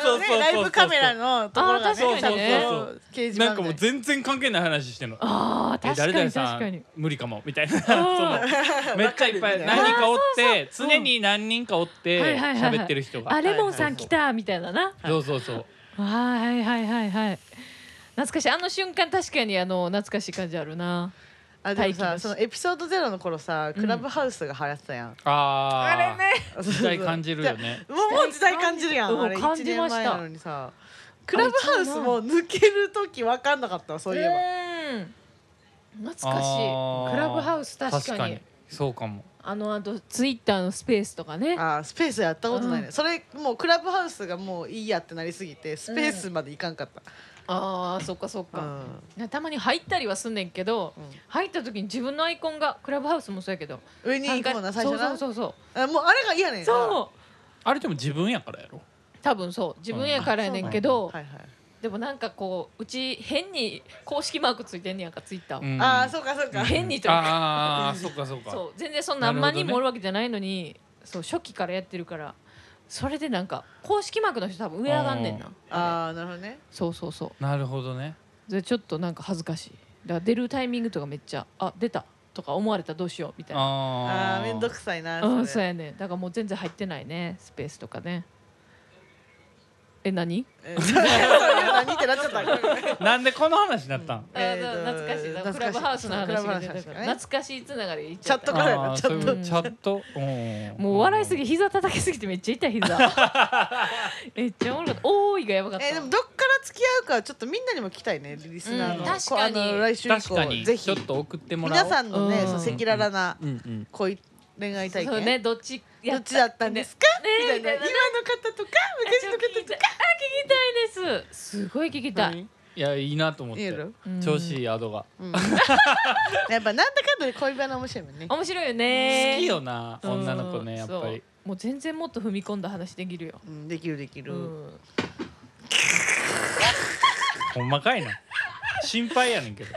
そうそうライブカメラのところがね、 あー確かにねちゃんと掲示板なんかもう全然関係ない話してんの。 あー確かに誰々さ確かにん無理かもみたいなそのめっちゃいっぱい何人かおって常に何人かおってはいはいはいはい喋ってる人があレモンさん来たみたいななそうそうそうはいはいはいはい懐かしいあの瞬間確かにあの懐かしい感じあるなあでも待機だしさそのエピソードゼロの頃さクラブハウスが流行ってたやん、 あーあれね時代感じるよねもうもう時代感じるやん、 うんあれ1 感じました年前なのにさクラブハウスも抜ける時分かんなかったわそういえば、 うん懐かしいあークラブハウス確かに確かにそうかもあのあとツイッターのスペースとかねあースペースやったことないね、 うんそれもうクラブハウスがもういいやってなりすぎてスペースまでいかんかった、 あーそっかそっうか、 んねたまに入ったりはすんねんけど、 うん入った時に自分のアイコンがクラブハウスもそうやけど上に行くもんな最初なそうそうそうあもうあれが嫌ねんそうそうあれでも自分やからやろ多分そう自分やからやねんけあど、 そうなんやはいはいでもなんかこううち変に公式マークついてんねやんかツイッター、 うんああそうかそうか変にというかああそっかそっかそう全然そんな何万人もおるわけじゃないのにそう初期からやってるからそれでなんか公式マークの人多分上上がんねんなああなるほどねそうそうそうなるほどねでちょっとなんか恥ずかしいだから出るタイミングとかめっちゃあ出たとか思われたらどうしようみたいなああーめんどくさいなうんそれそうやねだからもう全然入ってないねスペースとかねえ何えそういう何ってなっちゃったごめんごめんなんでこの話になったんあえーと懐かしいだからク懐かしいラブハウスの話が出クラブハウスのてたから話ね懐かしいつながりで言っちチャットゃったからやなチャットあーそういうチャットうんもう笑いすぎ膝叩きすぎてめっちゃ痛い膝めっちゃおもろかったおーいがやばかったえーでもどっから付き合うかちょっとみんなにも聞きたいねリスナーの、 うん確かにこうあの来週以確かに降ぜひちょっと送ってもらおう皆さんのね、 うんそう赤裸々なうんうん恋恋愛体験、 そうねどっちどっちだったんですか、 ねみたいなみたいなね今の方とか昔の方とかあ聞きたいあ聞きたいですすごい聞きたい何いやいいなと思っていいやろ、 うん調子いいアドがうん、やっぱなんだかんだで恋バナ面白いもんね面白いよね好きよなうん女の子ねやっぱりそうもう全然もっと踏み込んだ話できるよ、 うん、できるできる、 うん、 ほんまかいな心配やねんけど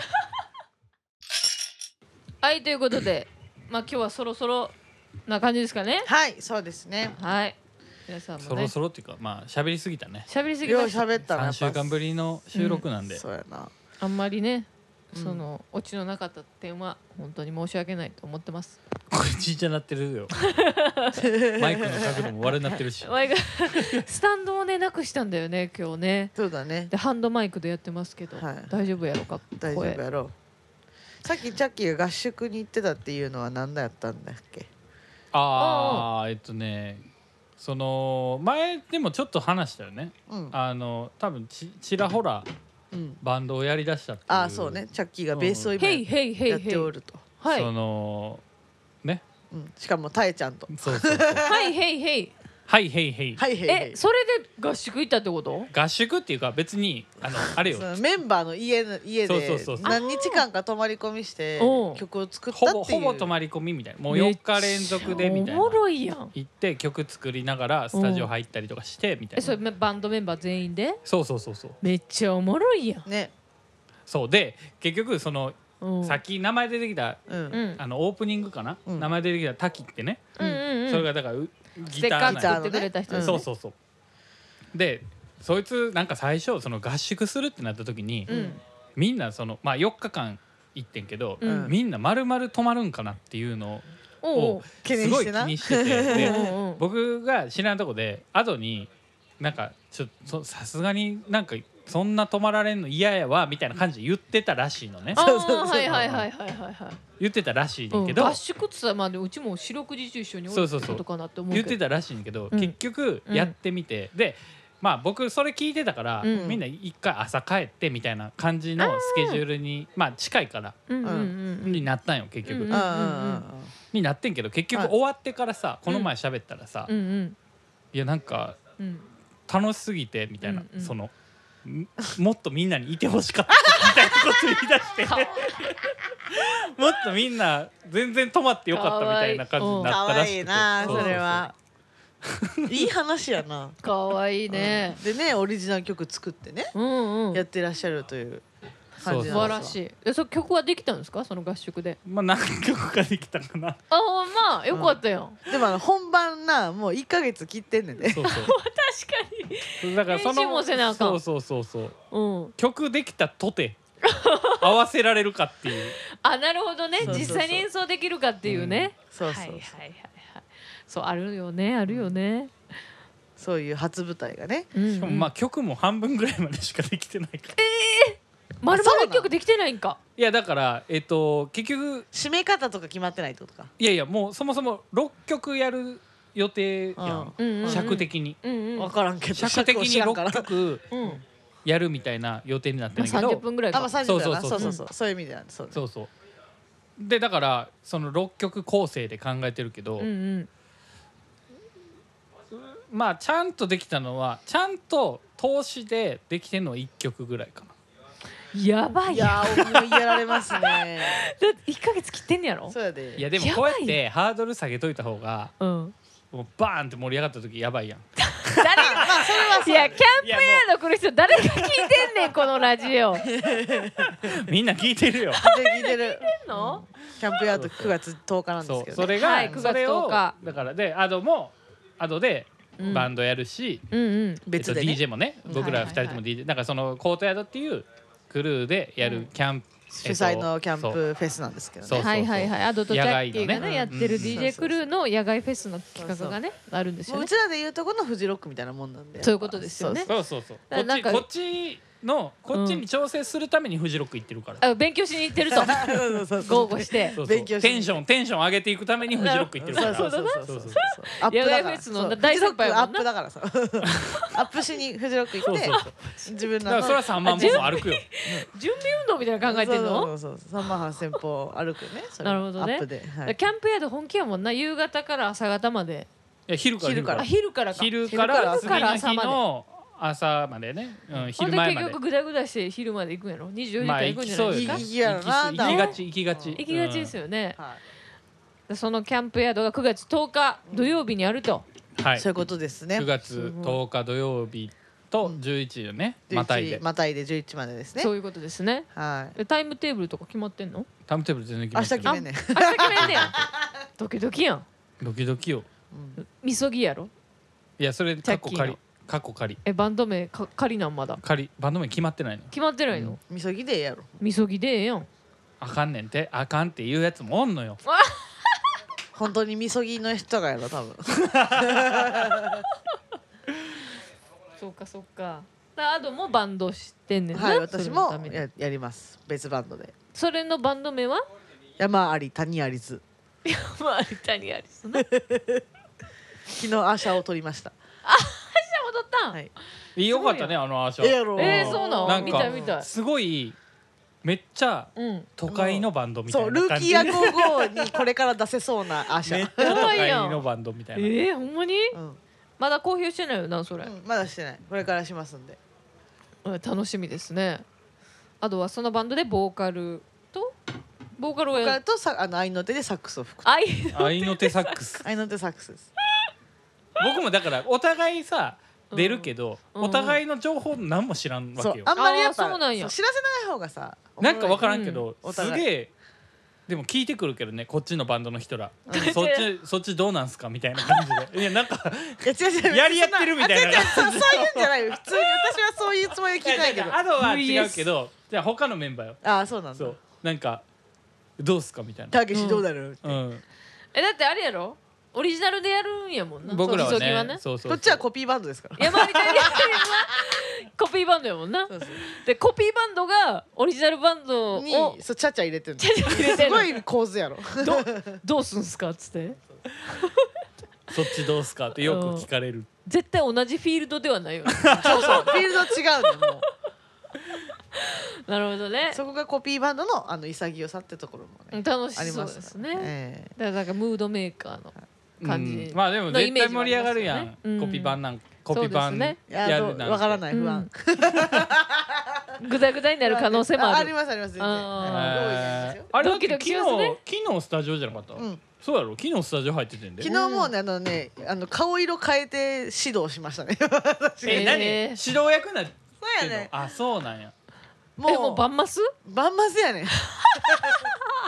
はいということでまあ今日はそろそろな感じですかねはいそうですねはい皆さんもねそろそろっていうかまあ喋りすぎたね喋りすぎようました喋ったなさんしゅうかんぶりの収録なんで、 そうやなあんまりねうんそのオチのなかった点は本当に申し訳ないと思ってますこれちいちゃなってるよマイクの角度も悪なってるしお前がスタンドをねなくしたんだよね今日ねそうだねでハンドマイクでやってますけど、 はい大丈夫やろか大丈夫声やろうさっきチャッキーが合宿に行ってたっていうのは何だやったんだっけああえっとねその前でもちょっと話したよねうんあの多分ちちらほらうんバンドをやりだしたっていうああそうねチャッキーがベースを今ヘイヘイヘイやっヘイておると、 はいそのねうん、しかもタエちゃんとそうそうそうはいヘイヘイはいへいへいはいへいへいえそれで合宿行ったってこと合宿っていうか別にあのあれよそのメンバーの家の家そうでそうそうそう何日間か泊まり込みしておう曲を作ったほっていうぼほぼ泊まり込みみたいなもうよっか連続でみたいなおもろいやん行って曲作りながらスタジオ入ったりとかしてみたいなえそれバンドメンバー全員でそうそうそうそうめっちゃおもろいやん、 ねそうで結局そのうん、 さっき名前出てきたうん、 うんあのオープニングかな、 うん名前出てきた滝ってね、 うんうんうんそれがだからうステッカーギターなんや作ってくれた人ですねそうそうそうでそいつなんか最初その合宿するってなった時に、 うんみんなそのまあよっかかん行ってんけど、 うんみんな丸々泊まるんかなっていうのおうおをう懸すごい気念してなにしててうんでうんうん僕が知らんとこで後になんかちょっとさすがになんかそんな泊まられんの嫌やわみたいな感じで言ってたらしいのねあそうそうそうーはいはいはいはいはいはい言ってたらしいねんけど、 うん合宿ってさまあでうちも四六時中一緒におるそうそうそうことかなって思うけど言ってたらしいんだけど、 うん結局やってみて、でまあ僕それ聞いてたから、 うんみんな一回朝帰ってみたいな感じのスケジュールにまあ近いからうんうんうんうんになったんよ結局、 うんうんうんうんになってんけど結局はい終わってからさこの前喋ったらさ、 うんうんいやなんかうん楽しすぎてみたいな、 うんうんそのんもっとみんなにいてほしかったみたいなこと言い出してかわいもっとみんな全然泊まってよかったみたいな感じになかわいいったらしくてうううなそれはいい話やなかわいいねでねオリジナル曲作ってねうんうんやってらっしゃるという感じ素なんですわ晴らしいえそ曲はできたんですかその合宿でまあ何曲かできたかなあほんまよかったよでもあの本番なもういっかげつ切ってんねんねそうそう確かにだからそ練習ものせなあかんそうそうそうそう、 うん、 曲できたとて合わせられるかっていうあ、なるほどね。 そうそうそう実際に演奏できるかっていうね、 うん、そうそうそう、 はいはいはいはい、そうあるよねあるよね、 そういう初舞台がね、 うんうん、 しかもまあ曲も半分ぐらいまでしかできてないから、 えー、丸々一曲できてないんか。 いやだからえっと結局締め方とか決まってないってことか。 いやいやもうそもそもろっきょくやる予定やん、 うんうんうん、 尺的に、 うんうん、 分からんけど尺的にろっきょくうんやるみたいな予定になってるんだけど、 まあ、さんじゅっぷんぐらいか。 あ、まあ、さんじゅっぷんだな、 そそううそうそううそうそそうそういう意味ではそうそうそうでだからそのろっきょく構成で考えてるけど、 うんうん、 まあちゃんとできたのはちゃんと通しでできてるのはいっきょくぐらいかな。 やばいいやー、思いやられますね。 だっていっかげつ切ってんねやろ。 そうやで。 いやでもこうやってハードル下げといた方がうん、 もうバーンって盛り上がった時やばいやん。 誰がまあそれはそういやキャンプヤード来る人誰が聞いてんねんこのラジオ。聞いてみんな聞いてるよ。 聞いてる。 んの？ キャンプヤードくがつとおかなんですそうけどね。 それが、 はいくがつそれをとおかだからでアドもアドでうんバンドやるし、 うんうん。 別でねえっと、ディージェー もね僕らはいはいはいふたりとも ディージェー なんかそのコートヤードっていうクルーでやるキャンプ、 主催のキャンそうプフェスなんですけどね。 そうはいはいはい。アドとジャッキーが野外のねねやってる デうんィージェー クルーの野外フェスの企画がねあるんですよねもうう。ちらでいうとこのフジロックみたいなもんなんで。 そういうことですよねそうそうそうこっなんかちこっちのこっちに調整するためにフジロック行ってるから、 あ、勉強しに行ってるとそうそうそうそう豪語してそうそう勉強しにテンションテンション上げていくためにフジロック行ってるからそうそうそうそうそうそうアップ野だから外フェスのそう大先輩やもんなフジロックアップだからさアップしにフジロック行ってそうそうそう自分のだからそれはさんまん歩も歩くよ。 準備運動みたいなの考えてんの？ そうそうそうさんまんはっせん歩歩くねそれなるほどねアップで、はい、 キャンプヤード本気やもんな。夕方から朝方まで。 いや昼から昼からあ、昼からか。 昼から昼次の日朝までの朝までね、うん、 ほん昼前までで結局グダグダして昼まで行くんやろ。にじゅうよじまあかん行くんじゃないですか。 行きやろな行き行きがち行きがち行きがちですよ、 よね。 はいそのキャンプヤードがくがつとおか土曜日にあると。 うんはい、 そういうことですねくがつとおか土曜日とじゅういちよね、またいでまたいでじゅういちまでですねそういうことですね。 はいでタイムテーブルとか決まってんの？ タイムテーブル全然決明まってる日決めんねん明日決めんねや。ドキドキやん。 ドキドキよ。 みそぎやろ。 いやそれカッコチャッキーの仮カッコ仮え、バンド名か仮なんまだ仮バンド名決まってないの。 決まってないの？ みそぎでええやろみそぎでええやん。 あかんねんってあかんっていうやつもおんのよ。 本当にみそぎの人がやろ多分そうかそうか。だアドもバンドしてんねんな。 はい私それのもためにややります別バンドでそれのバンド名は？ 山あり谷ありずまあリタにありそうね。 昨日アーシャを取りました戻ったん。 はいいいよかったねあのアーシャ。 ええやろえー、そうななんかの？見たい見たい。 すごいめっちゃうん。 都会のバンドみたいそうな感じ。 ルーキーやゴーゴーにこれから出せそうなアーシャめっちゃ都やばいやん会のバンドみたいな。 えー、ほんまに？ うんまだ公表してないよなそれ。 うんまだしてないこれからしますんでうん楽しみですね。あとはそのバンドでボーカルとボーカルをこれやとさあの合いの手でサックスを吹くあい合いの手サックス。 合いの手サックスです僕もだからお互いさ出るけど、 うんお互いの情報何も知らんわけよ。 そうあんまりやっぱあーそうなんやそう知らせない方がさなんか分からんんけど、 うんお互いすげえでも聞いてくるけどねこっちのバンドの人ら、 んそっちそっちどうなんすかみたいな感じでいやなんかいや違う違うやり合ってるみたいなあ違う違うそうそういうんじゃないよ普通に私はそういうつもりで聞いてないけどアドは違うけどじゃあ他のメンバーよああそうなんだそうなんかどうすかみたいな、 たけしどうだろううん、 えだってあれやろオリジナルでやるんやもんな。 僕らはそうみそぎねそうそうそうこっちはコピーバンドですから山あり谷ありはコピーバンドやもんな。 そうそうでコピーバンドがオリジナルバンドをにそうちゃちゃ入れてるのちゃちゃ入れてるすごい構図やろどどうすんすかっつってそっちどうすかってよく聞かれる。 絶対同じフィールドではないよね。 そうそうフィールド違うのもなるほどねう。そこがコピーバンドのあの潔さってところもね楽しありまそうですすねね。 ええだからなんかムードメーカーの感じ、 うんまあでも絶対盛り上がるやん、 うんコピバンなんコピバンそうですねいやどうやるなんてわからない不安グダグダになる可能性もある。 ありますあります全然あ用意やりますよあれだってドキドキし昨ますね日昨日スタジオじゃなかった、 うんそうやろ昨日スタジオ入っててんで昨日もうねあのねあの顔色変えて指導しましたね私え何えー指導役なってんのそうやねあそうなんやえもうバンマス？ バンマスやねんいつの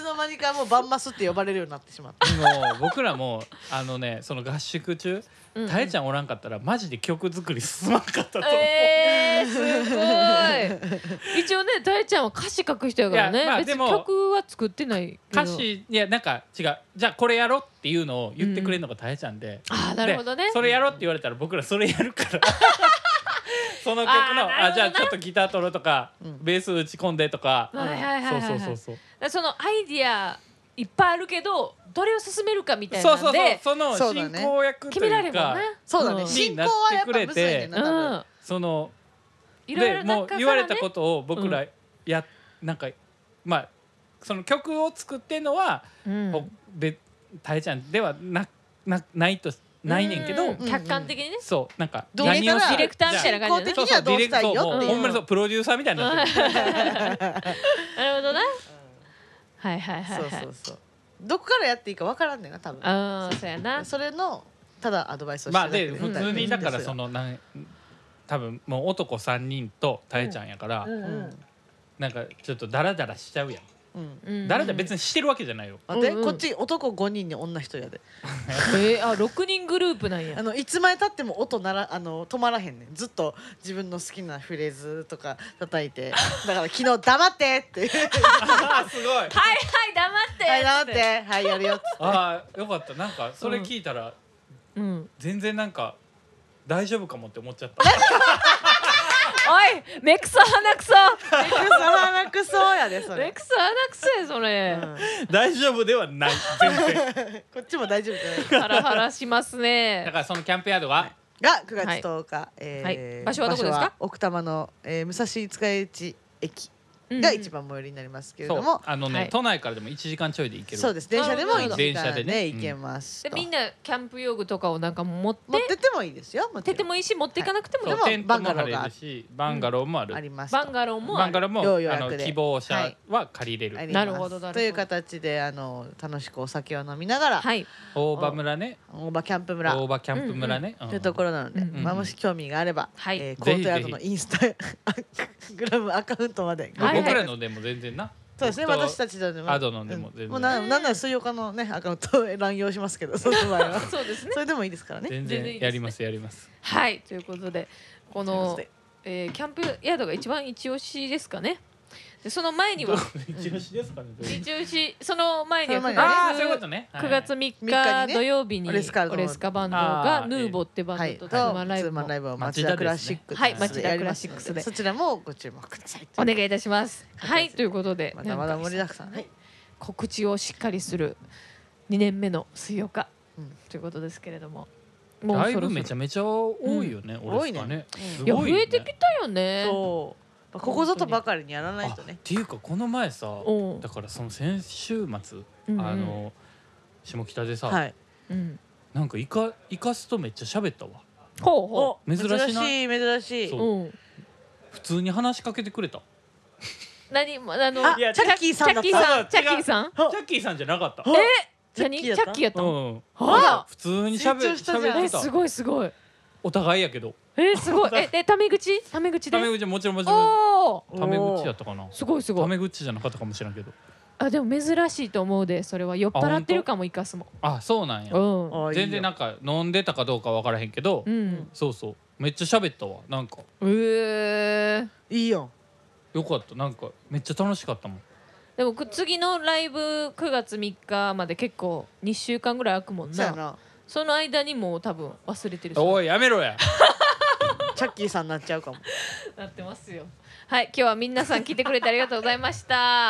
の間にかもうバンマスって呼ばれるようになってしまった。 もう僕らもあのねその合宿中たえちゃんおらんかったらマジで曲作り進まんかったと思う。 えー、すごい。一応ねたえちゃんは歌詞書く人やからね。まあ、別に曲は作ってないけど。 歌詞いやなんか違うじゃあこれやろっていうのを言ってくれるのがたえちゃんで、 うん、あなるほどね。 それやろって言われたら僕らそれやるからその曲の あ, あじゃあちょっとギター取ろうとか、うん、ベース打ち込んでとか、そうそうそうそうそのアイディアいっぱいあるけどどれを進めるかみたいなんで、そうそうそうその進行役というかそうだね進行はやっぱむずいねんな、うん、 そのでもう言われたことを僕らや、うん、なんかまあその曲を作ってんのは、うん、たえちゃんでは な, な, ないとないねんけど、 客観的にね、 そうなんか何をディレクターみたいな感じで、 そうそうディレクターよっていう、 ほんまにそうプロデューサーみたいになってる。 なるほどね。はいはいはいはい。 そうそうそう。どこからやっていいかわからんねんな多分。 ああそうやな。 それのただアドバイスをしてまあで普通にだからそのなん多分もう男さんにんとたえちゃんやから、なんかちょっとダラダラしちゃうやん。うん、誰だ別にしてるわけじゃないよ。 待って、うんうん、こっち男ごにんに女ひとりやで。 えー、あろくにんグループなんや。 あのいつまでたっても音ならあの止まらへんねん。ずっと自分の好きなフレーズとか叩いて、だから昨日黙ってって。 すごい。はいはい黙って。 はい黙ってはいやるよ。 ああよかったなんかそれ聞いたら、うん、全然なんか大丈夫かもって思っちゃった。 おい目くそ鼻くそ目くそ鼻くそやでそれ。 目くそ鼻くそやそれ、うん、 大丈夫ではない全然こっちも大丈夫じゃない。 ハラハラしますね。 だからそのキャンプヤードはがくがつとおか、はいえーはい、場所はどこですか？ 奥多摩の、えー、武蔵塚市駅が一番最寄りになりますけれども、 あのね、はい、都内からでもいちじかんちょいで行ける。 そうです電車でもいちじかんで、ね、行けます、 うん、でみんなキャンプ用具とかをなんか持って持っててもいいですよ。 持っててもいいし持っていかなくてもいい、 はい、テントも張れるしバンガローもある、うん、 あります。 バンガローもある。 バンガローもあの希望者は借りれる、はい、 なるほどという形であの楽しくお酒を飲みながら、はい、 大場村ね大場キャンプ村大場キャンプ村ね、 うんうん、というところなので、うんうんまあ、もし興味があれば、はいえー、コートヤードのインスタグラムアカウントまで、 はい、僕らのでも全然なそうですね私たちのでもアドのでも全然、うん、もうな, なんなら水曜日のねアカウントを乱用しますけどその場合はそうですねそれでもいいですからね。 全然やりますやります。 はいということでこの、えー、キャンプヤードが一番一押しですかね。でその前には一押しですかね。 一押しその前にはくがつみっか土曜日にオレスカバンドがヌーボってバンドとツーマンライブを町田クラシックはい町田クラシックスでそちらもご注目ください。 お願いいたします。はいということでまだまだ盛りだくさん告知をしっかりするにねんめの水曜日ということですけれども。 ライブめちゃめちゃ多いよね。 多いね。 いや増えてきたよね。 そうここぞとばかりにやらないとね。 っていうかこの前さだからその先週末、うん、あの下北でさ、はいうん、なんかイカイカスとめっちゃ喋ったわ。 ほうほう珍しい珍しい珍しい。 うん、普通に話しかけてくれた。 何あのあいやチャッキーさんだった。 チャッキーさんチャッキーさんじゃなかった。 え何チャッキーやったの？ 普通に喋ってた。 すごいすごい。 お互いやけど。 えー、すごい。え、でタメ口？タメ口で。 タメ口もちろんもちろん。タメ口やったかな。 すごいすごい。 タメ口じゃなかったかもしれんけど。 あ、でも珍しいと思うで、それは酔っ払ってるかもイカスも。 あ、そうなんや。うん、全然なんか飲んでたかどうかわからへんけど、うん、そうそう。めっちゃ喋ったわ。なんか。 えー、 いいよ。 よかった。なんかめっちゃ楽しかったもん。 でも次のライブくがつみっかまで結構にしゅうかんぐらい空くもんな。 そうやな。 その間にもう多分忘れてるし。 おいやめろや。 チャッキーさんになっちゃうかも。 なってますよ。はい、今日は皆さん来てくれてありがとうございました。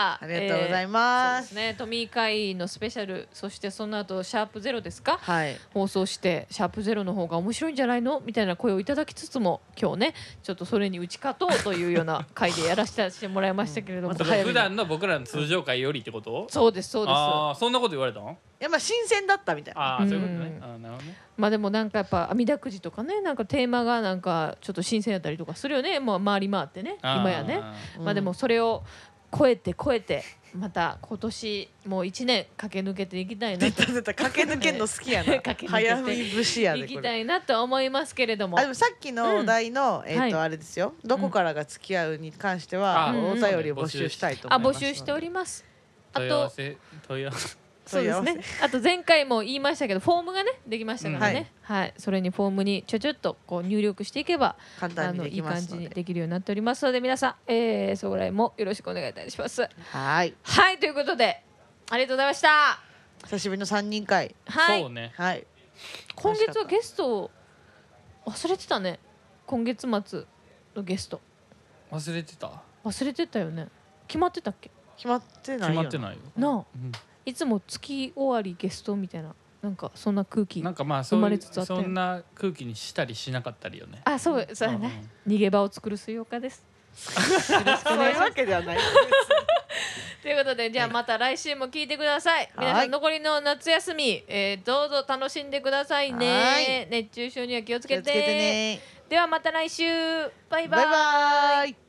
ありがとうございます。 えー、そうですね、トミー会のスペシャル、そしてその後シャープゼロですか、 はい、 放送してシャープゼロの方が面白いんじゃないのみたいな声をいただきつつも、今日ねちょっとそれに打ち勝とうというような回でやらせてもらいましたけれども、うん、 普段の僕らの通常回よりってこと？ そうですそうです。 ああ、そんなこと言われたの？ いやまあ新鮮だったみたいな。 ああ、そういうことね。ああ、なるほどね。 まあでもなんかやっぱ網だくじとかね、なんかテーマがなんかちょっと新鮮やったりとかするよね。もう回り回ってね、今やね。まあでもそれを超えて超えてまた今年もう一年駆け抜けていきたいなと。 出た出た駆け抜けるの好きやな。早食い節やで。 いきたいなと思いますけれども。 あでもさっきのお題の、うん、えっとあれですよ。どこからが付き合うに関しては、うん、お便りを募集したいと思います。 あ募集しております。 問い合わせ問い合わせそうですね。あと前回も言いましたけどフォームがねできましたからね、うん、はい、はい、それにフォームにちょちょっとこう入力していけば簡単にできますので、 いい感じにできるようになっておりますので皆さん、えー、そこら辺もよろしくお願いいたします。 はいはいということでありがとうございました。 久しぶりのさんにん会、 はい、 そうね、 はい、 今月はゲストを忘れてたね。今月末のゲスト忘れてた忘れてたよね。決まってたっけ？ 決まってないよ決まってないよなあ、 うん、 いつも月終わりゲストみたいななんかそんな空気なんかまあ生まれつつあって、 そんな空気にしたりしなかったりよね。 あ、そうそうやね、うんうん、逃げ場を作る水曜日です。 よろしくお願いします。そういうわけではないということでじゃあまた来週も聞いてください。皆さん残りの夏休み、えー、どうぞ楽しんでくださいね。熱中症には気をつけて。気をつけてね。ではまた来週。バイバイ。バイバイ。